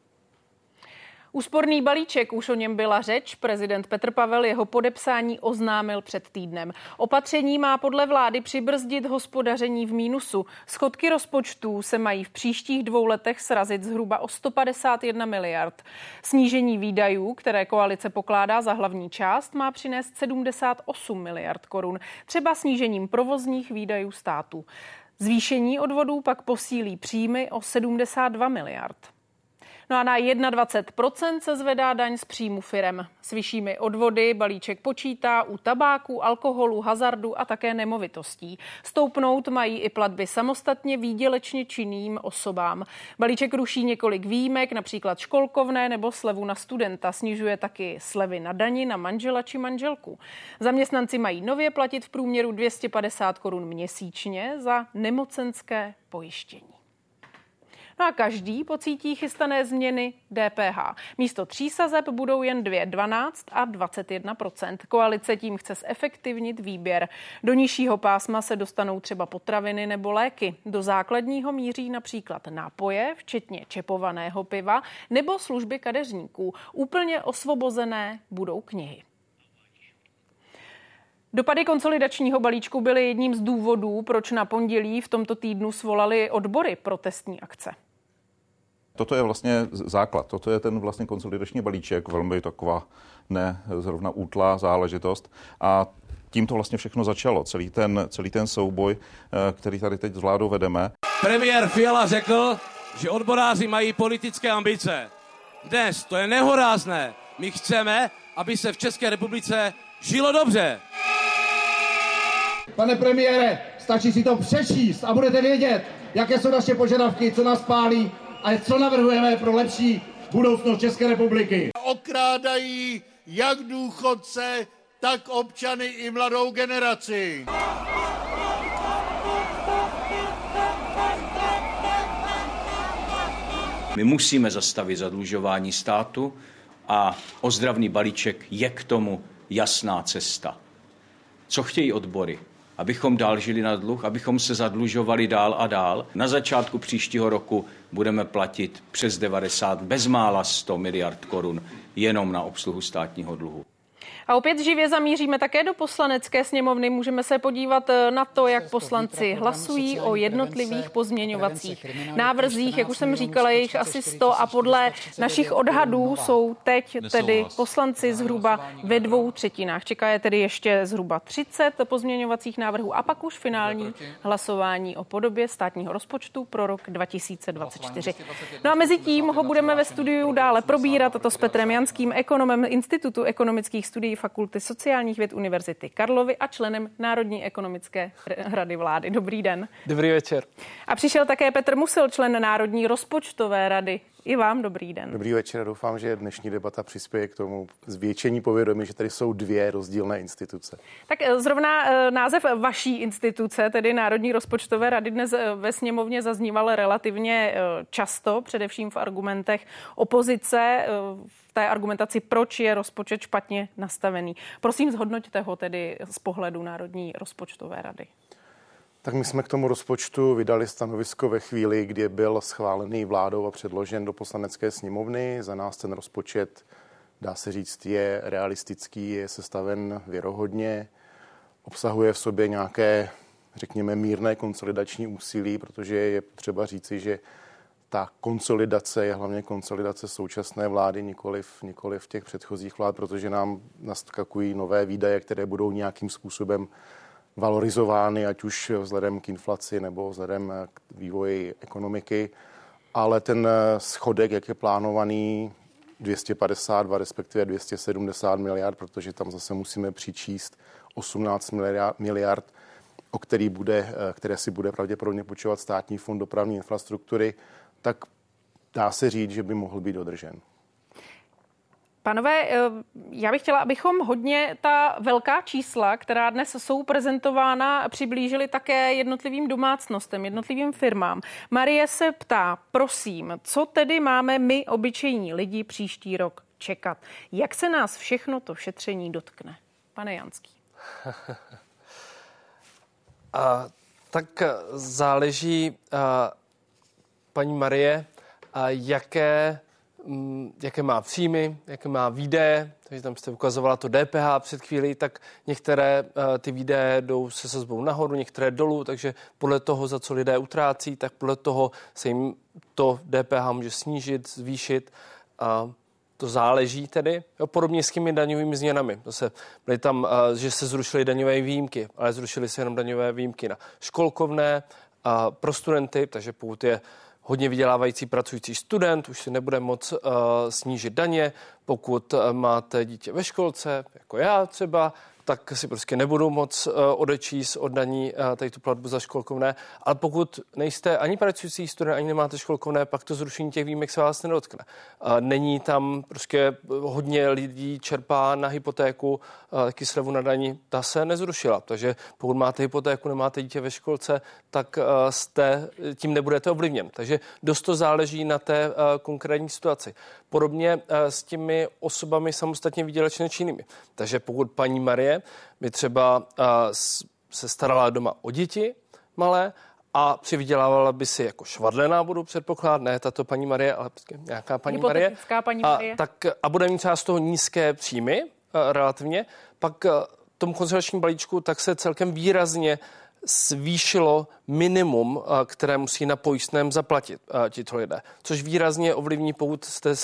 Úsporný balíček, už o něm byla řeč. Prezident Petr Pavel jeho podepsání oznámil před týdnem. Opatření má podle vlády přibrzdit hospodaření v mínusu. Schodky rozpočtů se mají v příštích 2 letech srazit zhruba o 151 miliard. Snížení výdajů, které koalice pokládá za hlavní část, má přinést 78 miliard korun. Třeba snížením provozních výdajů státu. Zvýšení odvodů pak posílí příjmy o 72 miliard. No a na 21% se zvedá daň z příjmu firem. S vyššími odvody balíček počítá u tabáku, alkoholu, hazardu a také nemovitostí. Stoupnout mají i platby samostatně výdělečně činným osobám. Balíček ruší několik výjimek, například školkovné nebo slevu na studenta. Snižuje taky slevy na dani na manžela či manželku. Zaměstnanci mají nově platit v průměru 250 korun měsíčně za nemocenské pojištění. No a každý pocítí chystané změny DPH. Místo 3 sazeb budou jen 2, 12 a 21%. Koalice tím chce zefektivnit výběr. Do nižšího pásma se dostanou třeba potraviny nebo léky. Do základního míří například nápoje, včetně čepovaného piva, nebo služby kadeřníků. Úplně osvobozené budou knihy. Dopady konsolidačního balíčku byly jedním z důvodů, proč na pondělí v tomto týdnu svolali odbory protestní akce. Toto je vlastně základ, toto je ten vlastně konsolidační balíček, velmi taková ne zrovna útlá záležitost a Tím to vlastně všechno začalo, celý ten souboj, který tady teď s vládou vedeme. Premiér Fiala řekl, že odboráři mají politické ambice. Dnes to je nehorázné. My chceme, aby se v České republice žilo dobře. Pane premiére, stačí si to přečíst a budete vědět, jaké jsou naše požadavky, co nás pálí a co navrhujeme pro lepší budoucnost České republiky. Okrádají jak důchodce, tak občany i mladou generaci. My musíme zastavit zadlužování státu a ozdravný balíček je k tomu jasná cesta. Co chtějí odbory? Abychom dál žili na dluh, abychom se zadlužovali dál a dál. Na začátku příštího roku budeme platit přes 90, bezmála 100 miliard korun jenom na obsluhu státního dluhu. A opět živě zamíříme také do Poslanecké sněmovny. Můžeme se podívat na to, jak poslanci hlasují o jednotlivých pozměňovacích návrzích. Jak už jsem říkala, je jich asi 100 a podle našich odhadů jsou teď tedy poslanci zhruba ve 2/3. Čeká je tedy ještě zhruba 30 pozměňovacích návrhů a pak už finální hlasování o podobě státního rozpočtu pro rok 2024. No a mezi tím ho budeme ve studiu dále probírat, a to s Petrem Janským, ekonomem Institutu ekonomických studií Fakulty sociálních věd Univerzity Karlovy a členem Národní ekonomické rady vlády. Dobrý den. Dobrý večer. A přišel také Petr Musil, člen Národní rozpočtové rady. I vám dobrý den. Dobrý večer. Doufám, že dnešní debata přispěje k tomu zvětšení povědomí, že tady jsou dvě rozdílné instituce. Tak zrovna název vaší instituce, tedy Národní rozpočtové rady, dnes ve sněmovně zazníval relativně často, především v argumentech opozice, v té argumentaci, proč je rozpočet špatně nastavený. Prosím, zhodnoťte ho tedy z pohledu Národní rozpočtové rady. Tak my jsme k tomu rozpočtu vydali stanovisko ve chvíli, kdy byl schválený vládou a předložen do Poslanecké sněmovny. Za nás ten rozpočet, dá se říct, je realistický, je sestaven věrohodně, obsahuje v sobě nějaké, řekněme, mírné konsolidační úsilí, protože je třeba říci, že ta konsolidace je hlavně konsolidace současné vlády, nikoliv těch předchozích vlád, protože nám naskakují nové výdaje, které budou nějakým způsobem valorizovány, ať už vzhledem k inflaci nebo vzhledem k vývoji ekonomiky. Ale ten schodek, jak je plánovaný, 252, respektive 270 miliard, protože tam zase musíme přičíst 18 miliard, které si bude pravděpodobně půjčovat Státní fond dopravní infrastruktury, tak dá se říct, že by mohl být dodržen. Pánové, já bych chtěla, abychom hodně ta velká čísla, která dnes jsou prezentována, přiblížili také jednotlivým domácnostem, jednotlivým firmám. Marie se ptá, prosím, co tedy máme my, obyčejní lidi, příští rok čekat? Jak se nás všechno to šetření dotkne? Pane Janský. Tak záleží, paní Marie, jaké má příjmy, jaké má výdaje, takže tam jste ukazovala to DPH před chvílí, tak některé ty výdaje jdou se sazbou nahoru, některé dolů, takže podle toho, za co lidé utrácí, tak podle toho se jim to DPH může snížit, zvýšit. To záleží tedy. Podobně s těmi daňovými změnami. Zase byly tam, že se zrušily daňové výjimky, ale zrušily se jenom daňové výjimky na školkovné pro studenty, takže pokud je hodně vydělávající pracující student, už si nebude moc snížit daně. Pokud máte dítě ve školce, jako já třeba, tak si prostě nebudu moc odečíst od daní tady tu platbu za školkovné. Ale pokud nejste ani pracující student, ani nemáte školkovné, pak to zrušení těch výjimek se vás nedotkne. Není tam prostě hodně lidí čerpá na hypotéku, taky slevu na daní, ta se nezrušila. Takže pokud máte hypotéku, nemáte dítě ve školce, tak tím nebudete ovlivněn. Takže dost to záleží na té konkrétní situaci. Podobně s těmi osobami samostatně výdělečně činnými. Takže pokud paní Marie by třeba se starala doma o děti malé a přivydělávala by si jako švadlená, budu předpokládat, ne tato paní Marie, ale nějaká paní Marie. A bude mít třeba z toho nízké příjmy relativně, pak v tom konsolidačním balíčku tak se celkem výrazně zvýšilo minimum, které musí na pojistném zaplatit tito lidé, což výrazně ovlivní, pokud jste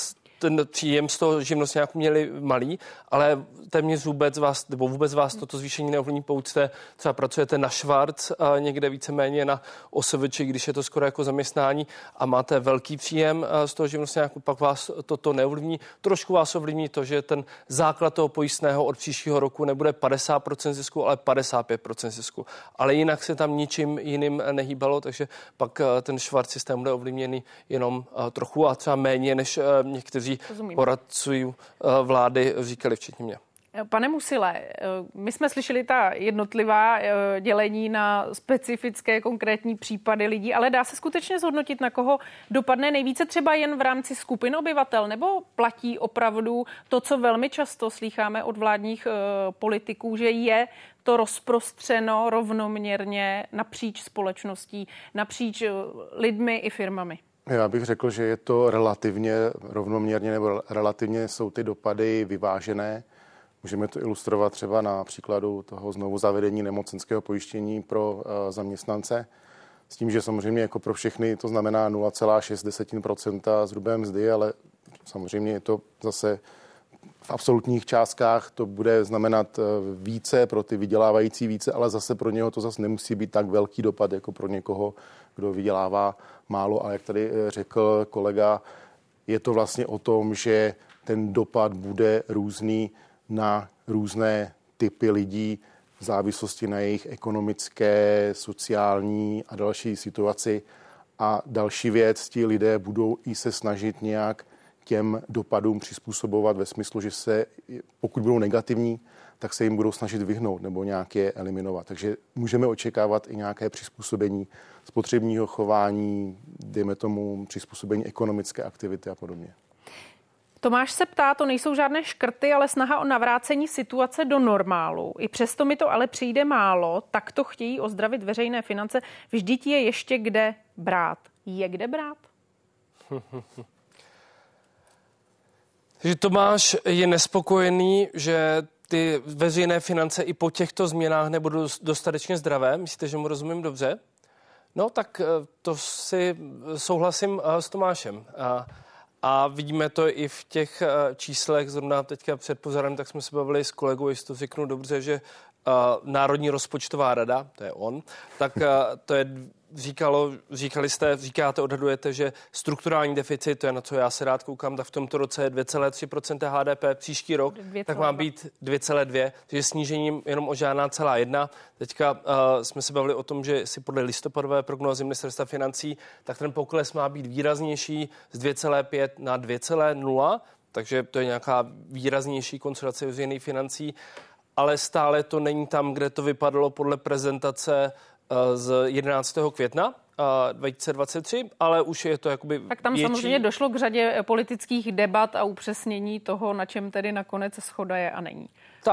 ten příjem z toho živnostňáku měli malý, ale téměř vůbec vás toto zvýšení neovlivní, pokud jste třeba pracujete na švarc, někde víceméně na OSVČ, když je to skoro jako zaměstnání a máte velký příjem z toho živnostňáku, pak vás toto neovlivní. Trošku vás ovlivní to, že ten základ toho pojistného od příštího roku nebude 50% zisku, ale 55% zisku. Ale jinak se tam ničím jiným nehýbalo, takže pak ten švarc systém bude ovlivněný jenom trochu a třeba méně, než někteří poradci vlády říkali, včetně mě. Pane Musile, my jsme slyšeli ta jednotlivá dělení na specifické konkrétní případy lidí, ale dá se skutečně zhodnotit, na koho dopadne nejvíce, třeba jen v rámci skupin obyvatel, nebo platí opravdu to, co velmi často slýcháme od vládních politiků, že je to rozprostřeno rovnoměrně napříč společností, napříč lidmi i firmami? Já bych řekl, že je to relativně rovnoměrně nebo relativně jsou ty dopady vyvážené. Můžeme to ilustrovat třeba na příkladu toho znovu zavedení nemocenského pojištění pro zaměstnance. S tím, že samozřejmě jako pro všechny to znamená 0,6% z hrubé mzdy, ale samozřejmě je to zase v absolutních částkách to bude znamenat více pro ty vydělávající více, ale zase pro něho to zase nemusí být tak velký dopad jako pro někoho, kdo vydělává málo. A jak tady řekl kolega, je to vlastně o tom, že ten dopad bude různý na různé typy lidí v závislosti na jejich ekonomické, sociální a další situaci. A další věc, ti lidé budou i se snažit nějak těm dopadům přizpůsobovat ve smyslu, že se, pokud budou negativní, tak se jim budou snažit vyhnout nebo nějak je eliminovat. Takže můžeme očekávat i nějaké přizpůsobení spotřebního chování, dejme tomu přizpůsobení ekonomické aktivity a podobně. Tomáš se ptá, to nejsou žádné škrty, ale snaha o navrácení situace do normálu. I přesto mi to ale přijde málo, tak to chtějí ozdravit veřejné finance. Vždyť je ještě kde brát. Je kde brát? Takže Tomáš je nespokojený, že ty veřejné finance i po těchto změnách nebudou dostatečně zdravé. Myslíte, že mu rozumím dobře? No tak to si souhlasím s Tomášem. A vidíme to i v těch číslech, zrovna teďka před pozorem, tak jsme se bavili s kolegou, jestli to řeknu dobře, že Národní rozpočtová rada, to je on, tak to je, říkáte, odhadujete, že strukturální deficit, to je na co já se rád koukám, tak v tomto roce je 2,3% HDP, příští rok, tak má být 2,2, takže snížením jenom o žádná 1,1. Teďka jsme se bavili o tom, že si podle listopadové prognózy ministerstva financí, tak ten pokles má být výraznější z 2,5 na 2,0, takže to je nějaká výraznější konsolidace veřejných financí, ale stále to není tam, kde to vypadalo podle prezentace z 11. května 2023, ale už je to jakoby tak tam větší. Samozřejmě došlo k řadě politických debat a upřesnění toho, na čem tedy nakonec shoda je a není.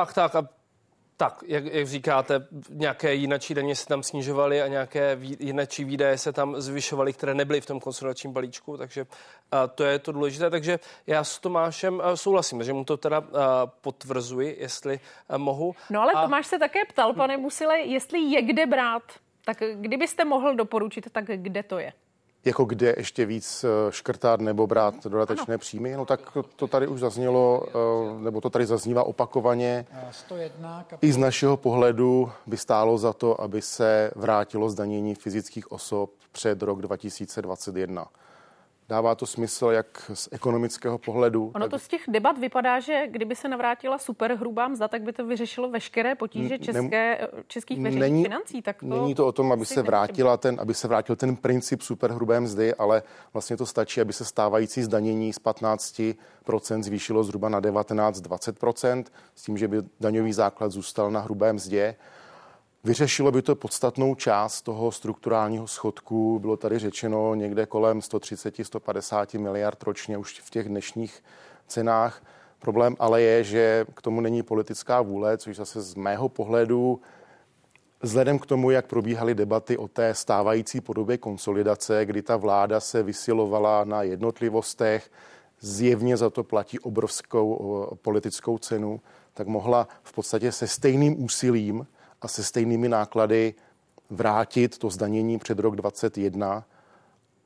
Tak, jak říkáte, nějaké jinačí daně se tam snižovaly a nějaké jinačí výdaje se tam zvyšovaly, které nebyly v tom konsolidačním balíčku, takže to je to důležité. Takže já s Tomášem souhlasím, že mu to teda potvrzuji, jestli mohu. No ale Tomáš se také ptal, pane Musile, jestli je kde brát. Tak kdybyste mohl doporučit, tak kde to je? Jako kde ještě víc škrtat nebo brát dodatečné příjmy? No tak to tady už zaznělo, nebo to tady zaznívá opakovaně. 101. I z našeho pohledu by stálo za to, aby se vrátilo zdanění fyzických osob před rok 2021. Dává to smysl jak z ekonomického pohledu. Ono to z těch debat vypadá, že kdyby se navrátila superhrubá mzda, tak by to vyřešilo veškeré potíže českých veřejných financí. Tak to není to o tom, aby se vrátil ten princip superhrubé mzdy, ale vlastně to stačí, aby se stávající zdanění z 15% zvýšilo zhruba na 19-20%, s tím, že by daňový základ zůstal na hrubé mzdě. Vyřešilo by to podstatnou část toho strukturálního schodku. Bylo tady řečeno někde kolem 130-150 miliard ročně už v těch dnešních cenách. Problém ale je, že k tomu není politická vůle, což zase z mého pohledu, vzhledem k tomu, jak probíhaly debaty o té stávající podobě konsolidace, kdy ta vláda se vysilovala na jednotlivostech, zjevně za to platí obrovskou politickou cenu, tak mohla v podstatě se stejným úsilím a se stejnými náklady vrátit to zdanění před rok 2021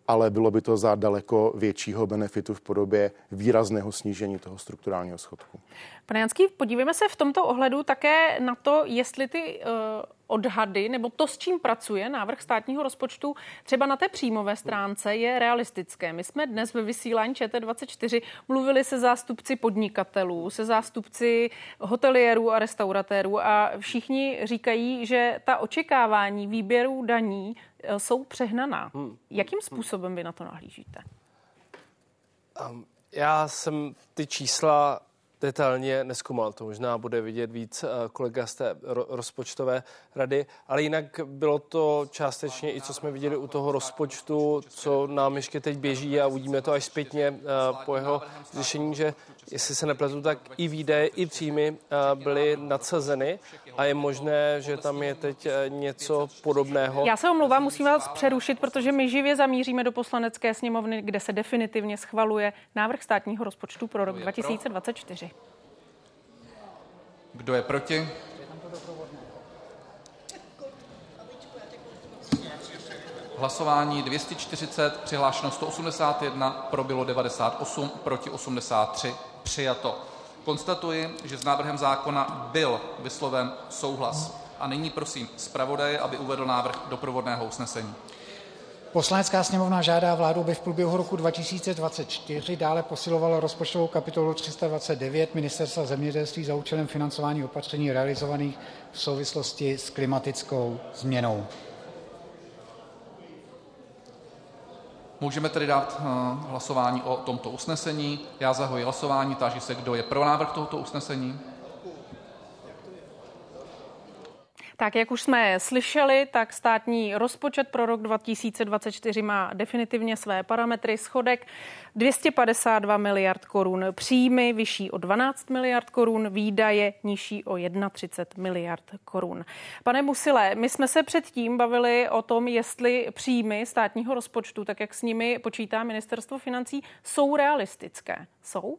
ale bylo by to za daleko většího benefitu v podobě výrazného snížení toho strukturálního schodku. Pane Janský, podívejme se v tomto ohledu také na to, jestli ty odhady nebo to, s čím pracuje návrh státního rozpočtu, třeba na té příjmové stránce, je realistické. My jsme dnes ve vysílání ČT24 mluvili se zástupci podnikatelů, se zástupci hoteliérů a restauratérů a všichni říkají, že ta očekávání výběru daní jsou přehnaná. Jakým způsobem vy na to nahlížíte? Já jsem ty čísla detailně nezkoumal, to možná bude vidět víc kolega z té rozpočtové rady, ale jinak bylo to částečně i co jsme viděli u toho rozpočtu, co nám ještě teď běží a uvidíme to až zpětně po jeho řešení, že jestli se nepletu, tak i výdaje, i příjmy byly nadsazeny a je možné, že tam je teď něco podobného. Já se omlouvám, musím vás přerušit, protože my živě zamíříme do Poslanecké sněmovny, kde se definitivně schvaluje návrh státního rozpočtu pro rok 2024. Kdo je proti? Hlasování 240, přihlášeno 181, pro bylo 98, proti 83, přijato. Konstatuji, že s návrhem zákona byl vysloven souhlas. A nyní prosím zpravodaje, aby uvedl návrh doprovodného usnesení. Poslanecká sněmovna žádá vládu, aby v průběhu roku 2024 dále posilovala rozpočtovou kapitolu 329 Ministerstva zemědělství za účelem financování opatření realizovaných v souvislosti s klimatickou změnou. Můžeme tedy dát hlasování o tomto usnesení. Já zahajuji hlasování, táži se, kdo je pro návrh tohoto usnesení. Tak, jak už jsme slyšeli, tak státní rozpočet pro rok 2024 má definitivně své parametry. Schodek 252 miliard korun, příjmy vyšší o 12 miliard korun, výdaje nižší o 31 miliard korun. Pane Musile, my jsme se předtím bavili o tom, jestli příjmy státního rozpočtu, tak jak s nimi počítá Ministerstvo financí, jsou realistické. Jsou?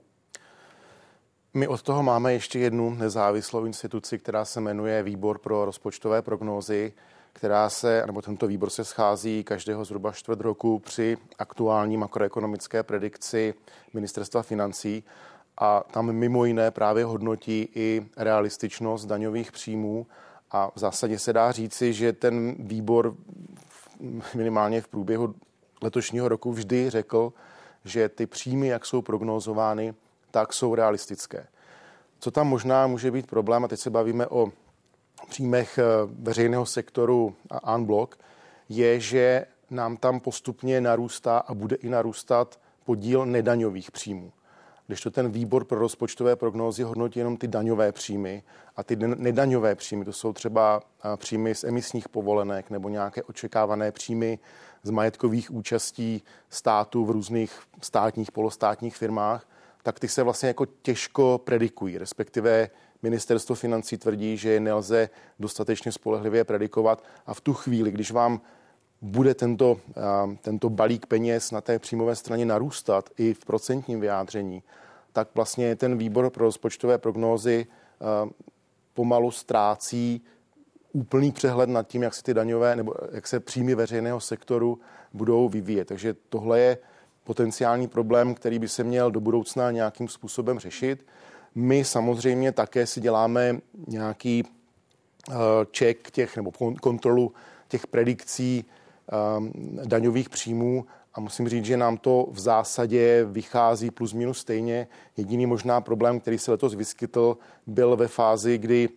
My od toho máme ještě jednu nezávislou instituci, která se jmenuje Výbor pro rozpočtové prognózy, tento výbor se schází každého zhruba čtvrt roku při aktuální makroekonomické predikci Ministerstva financí a tam mimo jiné právě hodnotí i realističnost daňových příjmů a v zásadě se dá říci, že ten výbor minimálně v průběhu letošního roku vždy řekl, že ty příjmy, jak jsou prognózovány, tak jsou realistické. Co tam možná může být problém, a teď se bavíme o příjmech veřejného sektoru en bloc, je, že nám tam postupně narůstá a bude i narůstat podíl nedaňových příjmů. Kdežto ten výbor pro rozpočtové prognózy hodnotí jenom ty daňové příjmy a ty nedaňové příjmy, to jsou třeba příjmy z emisních povolenek nebo nějaké očekávané příjmy z majetkových účastí státu v různých státních, polostátních firmách, tak ty se vlastně jako těžko predikují, respektive Ministerstvo financí tvrdí, že je nelze dostatečně spolehlivě predikovat a v tu chvíli, když vám bude tento balík peněz na té příjmové straně narůstat i v procentním vyjádření, tak vlastně ten výbor pro rozpočtové prognózy pomalu ztrácí úplný přehled nad tím, jak se ty daňové nebo jak se příjmy veřejného sektoru budou vyvíjet. Takže tohle je potenciální problém, který by se měl do budoucna nějakým způsobem řešit. My samozřejmě také si děláme nějaký check nebo kontrolu těch predikcí daňových příjmů a musím říct, že nám to v zásadě vychází plus minus stejně. Jediný možná problém, který se letos vyskytl, byl ve fázi, kdy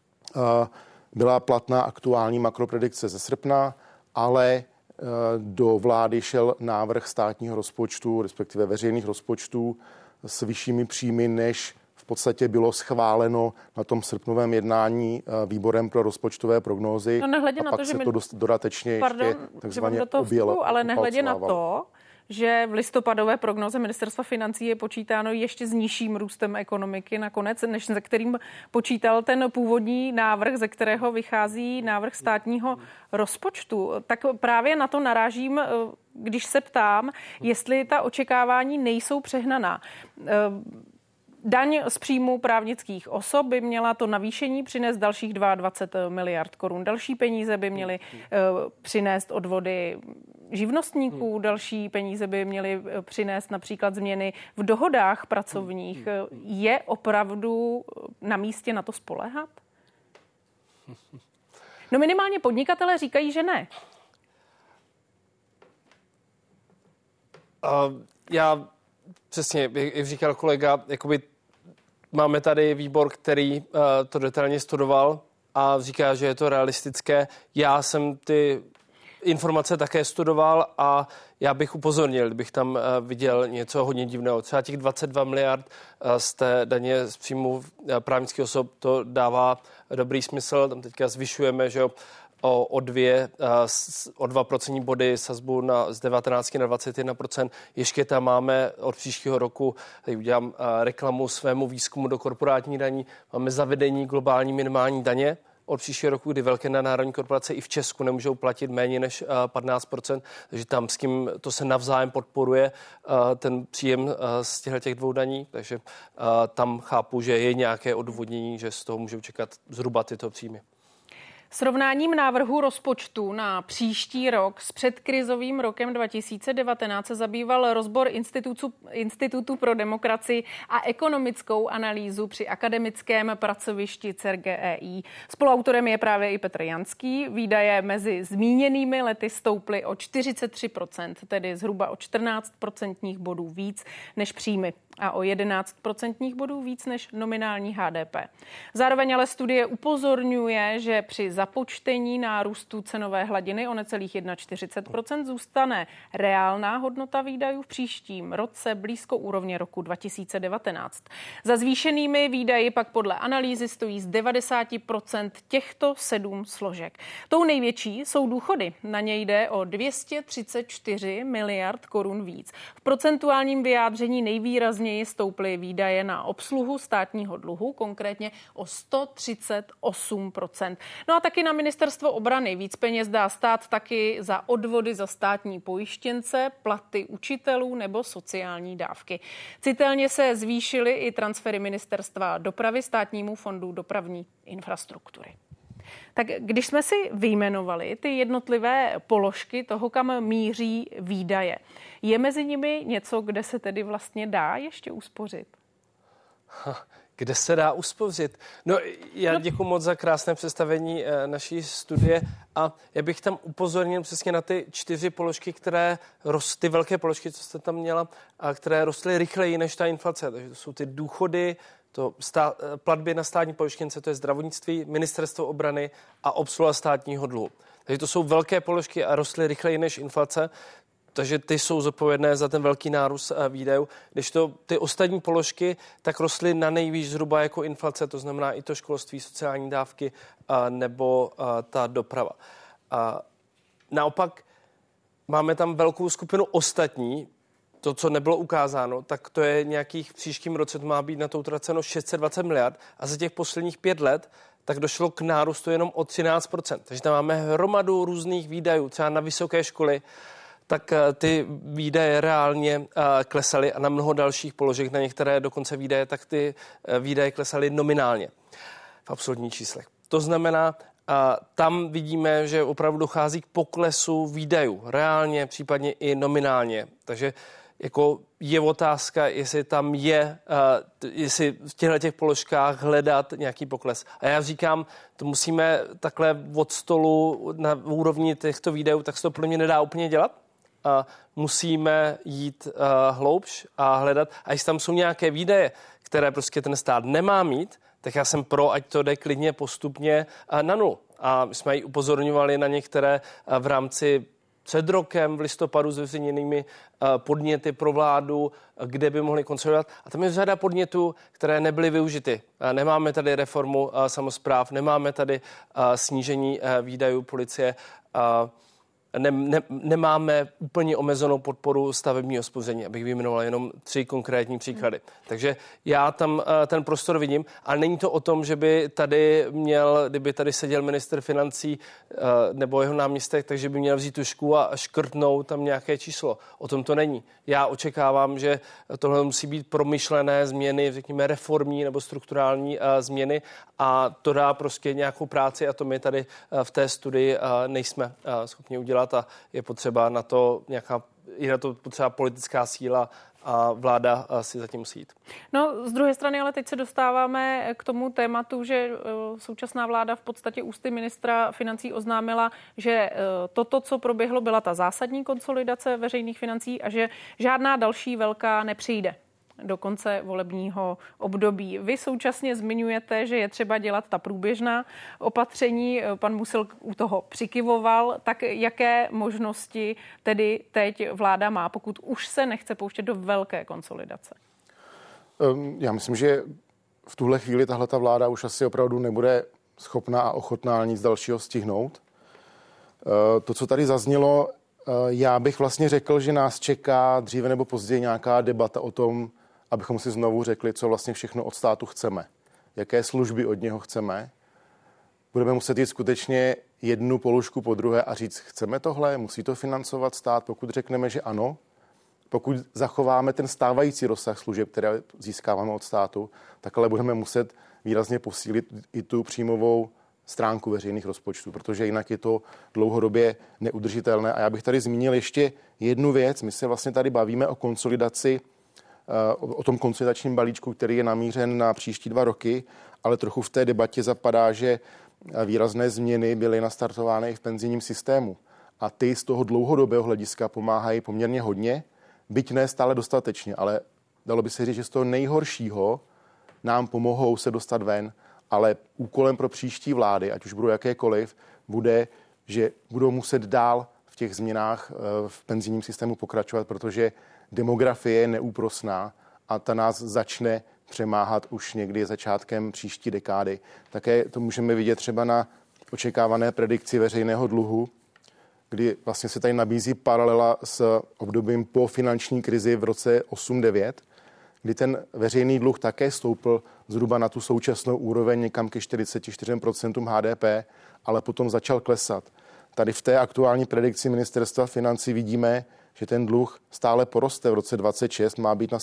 byla platná aktuální makropredikce ze srpna, ale do vlády šel návrh státního rozpočtu, respektive veřejných rozpočtů s vyššími příjmy, než v podstatě bylo schváleno na tom srpnovém jednání výborem pro rozpočtové prognózy. No nehledě na pak to, že se to dodatečně ještě takzvaně objelo. Ale nehledě na to, že v listopadové prognoze Ministerstva financí je počítáno ještě s nižším růstem ekonomiky nakonec, než se kterým počítal ten původní návrh, ze kterého vychází návrh státního rozpočtu. Tak právě na to narážím, když se ptám, jestli ta očekávání nejsou přehnaná. Daň z příjmu právnických osob by měla to navýšení přinést dalších 22 miliard korun. Další peníze by měly přinést odvody živnostníků. Další peníze by měly přinést například změny v dohodách pracovních. Je opravdu na místě na to spoléhat? No minimálně podnikatelé říkají, že ne. Já přesně, jak říkal kolega, jakoby máme tady výbor, který to detailně studoval a říká, že je to realistické. Já jsem ty informace také studoval a já bych upozornil, kdybych tam viděl něco hodně divného. Třeba těch 22 miliard z té daně z příjmu právnických osob, to dává dobrý smysl. Tam teďka zvyšujeme, že jo, o 2% body sazbu z 19 na 21%. Ještě tam máme od příštího roku, tady udělám reklamu svému výzkumu do korporátní daní, máme zavedení globální minimální daně od příštího roku, kdy velké nadnárodní korporace i v Česku nemůžou platit méně než 15%, takže tam s tím to se navzájem podporuje ten příjem z těch dvou daní, takže tam chápu, že je nějaké odůvodnění, že z toho můžou čekat zhruba tyto příjmy. Srovnáním návrhu rozpočtu na příští rok s předkrizovým rokem 2019 se zabýval rozbor Institutu pro demokracii a ekonomickou analýzu při akademickém pracovišti CERGEI. Spoluautorem je právě i Petr Janský. Výdaje mezi zmíněnými lety stouply o 43%, tedy zhruba o 14% bodů víc než příjmy a o 11% bodů víc než nominální HDP. Zároveň ale studie upozorňuje, že při započtení nárůstu cenové hladiny o necelých 41% zůstane reálná hodnota výdajů v příštím roce blízko úrovně roku 2019. Za zvýšenými výdaji pak podle analýzy stojí z 90% těchto 7 složek. Tou největší jsou důchody. Na ně jde o 234 miliard korun víc. V procentuálním vyjádření nejvýrazněji stouply výdaje na obsluhu státního dluhu, konkrétně o 138%. No a taky na ministerstvo obrany víc peněz dá stát taky za odvody za státní pojištěnce, platy učitelů nebo sociální dávky. Citelně se zvýšily i transfery ministerstva dopravy státnímu fondu dopravní infrastruktury. Tak když jsme si vyjmenovali ty jednotlivé položky toho, kam míří výdaje, je mezi nimi něco, kde se tedy vlastně dá ještě uspořit? Kde se dá uspořit? No, já děkuji moc za krásné představení naší studie a já bych tam upozornil přesně na ty 4 položky, které ty velké položky, co jste tam měla, a které rostly rychleji než ta inflace. Takže to jsou ty důchody, platby na státní pojištěnce, to je zdravotnictví, ministerstvo obrany a obsluha státního dluhu. Takže to jsou velké položky a rostly rychleji než inflace, takže ty jsou zodpovědné za ten velký nárůst výdajů. Když to ty ostatní položky, tak rostly na nejvíc zhruba jako inflace, to znamená i to školství, sociální dávky nebo ta doprava. Naopak máme tam velkou skupinu ostatní. To, co nebylo ukázáno, tak to je nějakých v příštím roce, to má být na to utraceno 620 miliard a za těch posledních 5 let tak došlo k nárůstu jenom o 13%. Takže tam máme hromadu různých výdajů, třeba na vysoké školy, tak ty výdaje reálně klesaly a na mnoho dalších položek, na některé dokonce výdaje, tak ty výdaje klesaly nominálně v absolutních číslech. To znamená, tam vidíme, že opravdu dochází k poklesu výdajů, reálně, případně i nominálně. Takže jako je otázka, jestli tam jestli v těchto položkách hledat nějaký pokles. A já říkám, to musíme takhle od stolu na úrovni těchto výdajů, tak se to pro mě nedá úplně dělat. Musíme jít hloubš a hledat. A jestli tam jsou nějaké výdaje, které prostě ten stát nemá mít, tak já jsem pro, ať to jde klidně postupně na nulu. A my jsme ji upozorňovali na některé v rámci před rokem v listopadu zveřejněnými podněty pro vládu, kde by mohli konsolidovat. A tam je řada podnětů, které nebyly využity. Nemáme tady reformu samospráv, nemáme tady snížení výdajů policie, nemáme úplně omezenou podporu stavebního spoření, abych vyjmenoval jenom 3 konkrétní příklady. Takže já tam ten prostor vidím, ale není to o tom, že by tady kdyby tady seděl ministr financí nebo jeho náměstek, takže by měl vzít tužku a škrtnout tam nějaké číslo. O tom to není. Já očekávám, že tohle musí být promyšlené změny, řekněme reformní nebo strukturální změny a to dá prostě nějakou práci a to my tady v té studii nejsme schopni udělat. udělat a je potřeba na to potřeba politická síla a vláda si zatím musí jít. No, z druhé strany, ale teď se dostáváme k tomu tématu, že současná vláda v podstatě ústy ministra financí oznámila, že toto, co proběhlo, byla ta zásadní konsolidace veřejných financí a že žádná další velká nepřijde do konce volebního období. Vy současně zmiňujete, že je třeba dělat ta průběžná opatření. Pan Musil u toho přikyvoval. Tak jaké možnosti tedy teď vláda má, pokud už se nechce pouštět do velké konsolidace? Já myslím, že v tuhle chvíli tahleta vláda už asi opravdu nebude schopná a ochotná nic dalšího stihnout. To, co tady zaznělo, já bych vlastně řekl, že nás čeká dříve nebo později nějaká debata o tom, abychom si znovu řekli, co vlastně všechno od státu chceme, jaké služby od něho chceme. Budeme muset jít skutečně jednu položku po druhé a říct, chceme tohle, musí to financovat stát. Pokud řekneme, že ano, pokud zachováme ten stávající rozsah služeb, které získáváme od státu, tak ale budeme muset výrazně posílit i tu příjmovou stránku veřejných rozpočtů, protože jinak je to dlouhodobě neudržitelné. A já bych tady zmínil ještě jednu věc. My se vlastně tady bavíme o konsolidaci, o tom konsolidačním balíčku, který je namířen na příští 2 roky, ale trochu v té debatě zapadá, že výrazné změny byly nastartovány i v penzijním systému. A ty z toho dlouhodobého hlediska pomáhají poměrně hodně, byť ne stále dostatečně, ale dalo by se říct, že z toho nejhoršího nám pomohou se dostat ven, ale úkolem pro příští vlády, ať už budou jakékoliv, bude, že budou muset dál v těch změnách v penzijním systému pokračovat, protože demografie je neúprosná a ta nás začne přemáhat už někdy začátkem příští dekády. Také to můžeme vidět třeba na očekávané predikci veřejného dluhu, kdy vlastně se tady nabízí paralela s obdobím po finanční krizi v roce 8-9, kdy ten veřejný dluh také stoupl zhruba na tu současnou úroveň někam ke 44% HDP, ale potom začal klesat. Tady v té aktuální predikci ministerstva financí vidíme, že ten dluh stále poroste. V roce 2026 má být na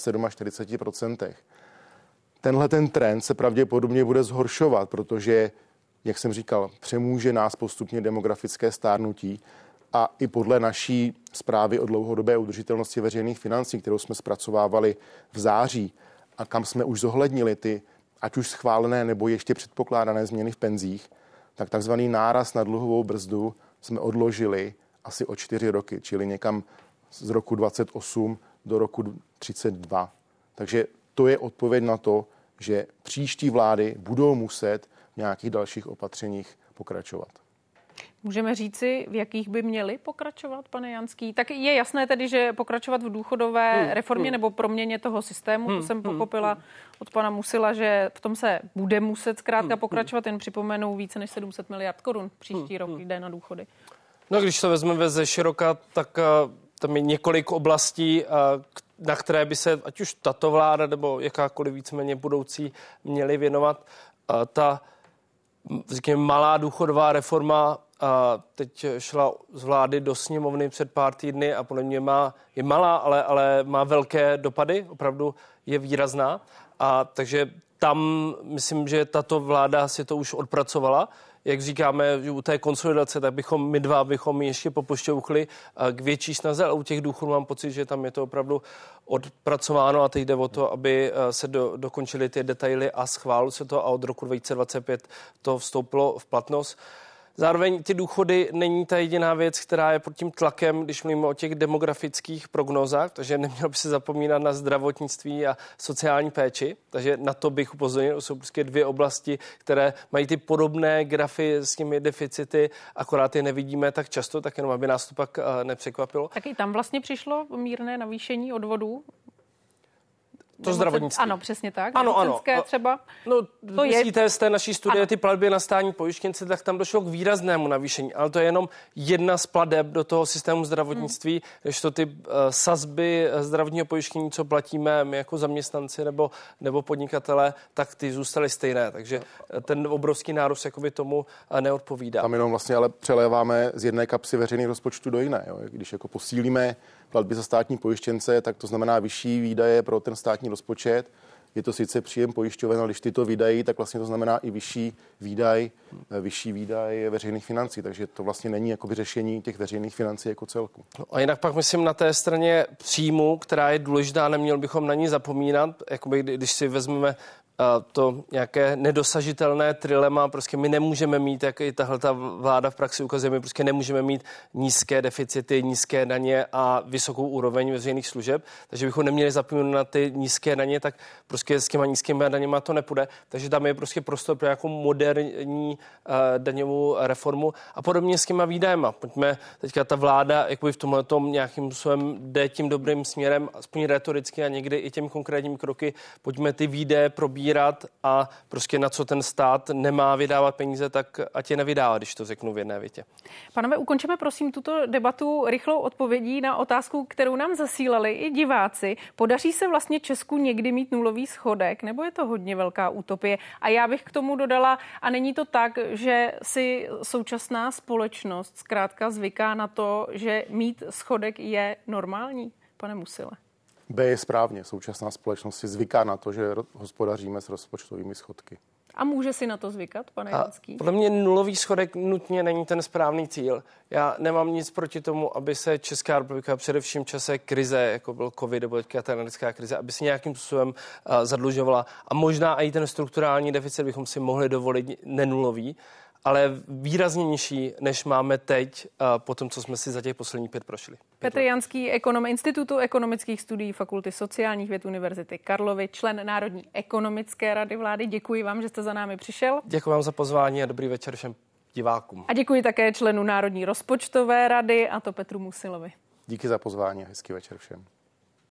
47%. Tenhle ten trend se pravděpodobně bude zhoršovat, protože, jak jsem říkal, přemůže nás postupně demografické stárnutí a i podle naší zprávy o dlouhodobé udržitelnosti veřejných financí, kterou jsme zpracovávali v září a kam jsme už zohlednili ty ať už schválené nebo ještě předpokládané změny v penzích, tak takzvaný náraz na dluhovou brzdu jsme odložili asi o 4 roky, čili někam z roku 28 do roku 32. Takže to je odpověď na to, že příští vlády budou muset v nějakých dalších opatřeních pokračovat. Můžeme říci, v jakých by měli pokračovat, pane Janský? Tak je jasné tedy, že pokračovat v důchodové reformě nebo proměně toho systému, to jsem pochopila od pana Musila, že v tom se bude muset zkrátka pokračovat, jen připomenu, více než 700 miliard korun příští rok jde na důchody. No, když to vezmeme ze široka, tak tam je několik oblastí, na které by se ať už tato vláda nebo jakákoliv víceméně budoucí měly věnovat. Ta, řekněme, malá důchodová reforma teď šla z vlády do sněmovny před pár týdny a podle mě je malá, ale má velké dopady, opravdu je výrazná. A takže tam myslím, že tato vláda si to už odpracovala. Jak říkáme, u té konsolidace, tak bychom bychom ještě popošťouchli k větší snaze, ale u těch důchodů mám pocit, že tam je to opravdu odpracováno a teď jde o to, aby se dokončily ty detaily a schválilo se to a od roku 2025 to vstoupilo v platnost. Zároveň ty důchody není ta jediná věc, která je pod tím tlakem, když mluvíme o těch demografických prognózách, takže nemělo by se zapomínat na zdravotnictví a sociální péči, takže na to bych upozornil, jsou prostě 2 oblasti, které mají ty podobné grafy s těmi deficity, akorát je nevidíme tak často, tak jenom aby nás to pak nepřekvapilo. Tak i tam vlastně přišlo mírné navýšení odvodů. To zdravotnictví. Ano, přesně tak. Ano. Třeba. No, to myslíte z té naší studie ty platby na státní pojištěnce, tak tam došlo k výraznému navýšení, ale to je jenom jedna z plateb do toho systému zdravotnictví, když to ty sazby zdravotního pojištění, co platíme my jako zaměstnanci nebo podnikatele, tak ty zůstaly stejné, takže ten obrovský nárůst jakoby tomu neodpovídá. Tam jenom vlastně ale přeléváme z jedné kapsy veřejných rozpočtů do jiné. Jo. Když jako posílíme platby za státní pojištěnce, tak to znamená vyšší výdaje pro ten státní rozpočet. je to sice příjem pojišťoven, ale když ty to vydají, tak vlastně to znamená i vyšší výdaj veřejných financí, takže to vlastně není jakoby řešení těch veřejných financí jako celku. A jinak pak myslím na té straně příjmu, která je důležitá, neměl bychom na ní zapomínat, jakoby když si vezmeme to nějaké nedosažitelné trilema, prostě my nemůžeme mít, jak i tahle vláda v praxi ukazuje, my prostě nemůžeme mít nízké deficity, nízké daně a vysokou úroveň veřejných služeb, takže bychom neměli zapomínat na ty nízké daně, tak prostě s těma nízkými daněma to nepůjde, takže tam je prostě prostor pro nějakou moderní daňovou reformu a podobně s těma výdajema. Pojďme, teďka ta vláda jakoby v tomhletom nějakým způsobem jde tím dobrým směrem, aspoň retoricky a někdy i těmi konkrétními kroky, pojďme ty výdaje probírat a prostě na co ten stát nemá vydávat peníze, tak ať je nevydává, když to řeknu v jedné větě. Pánové, ukončeme prosím tuto debatu rychlou odpovědí na otázku, kterou nám zasílali i diváci. Podaří se vlastně Česku někdy mít nulový schodek, nebo je to hodně velká utopie? A já bych k tomu dodala, a není to tak, že si současná společnost zkrátka zvyká na to, že mít schodek je normální, pane Musile? B je správně. Současná společnost si zvyká na to, že hospodaříme s rozpočtovými schodky. A může si na to zvykat, pane Janský? Podle mě nulový schodek nutně není ten správný cíl. Já nemám nic proti tomu, aby se Česká republika především v čase krize, jako byl covid nebo teďka ta energetická krize, aby se nějakým způsobem zadlužovala. A možná i ten strukturální deficit bychom si mohli dovolit nenulový, ale výrazně nižší, než máme teď, po tom, co jsme si za těch posledních 5 prošli. Petr Janský, ekonom Institutu ekonomických studií Fakulty sociálních věd Univerzity Karlovy, člen Národní ekonomické rady vlády. Děkuji vám, že jste za námi přišel. Děkuji vám za pozvání a dobrý večer všem divákům. A děkuji také členu Národní rozpočtové rady, a to Petru Musilovi. Díky za pozvání a hezký večer všem.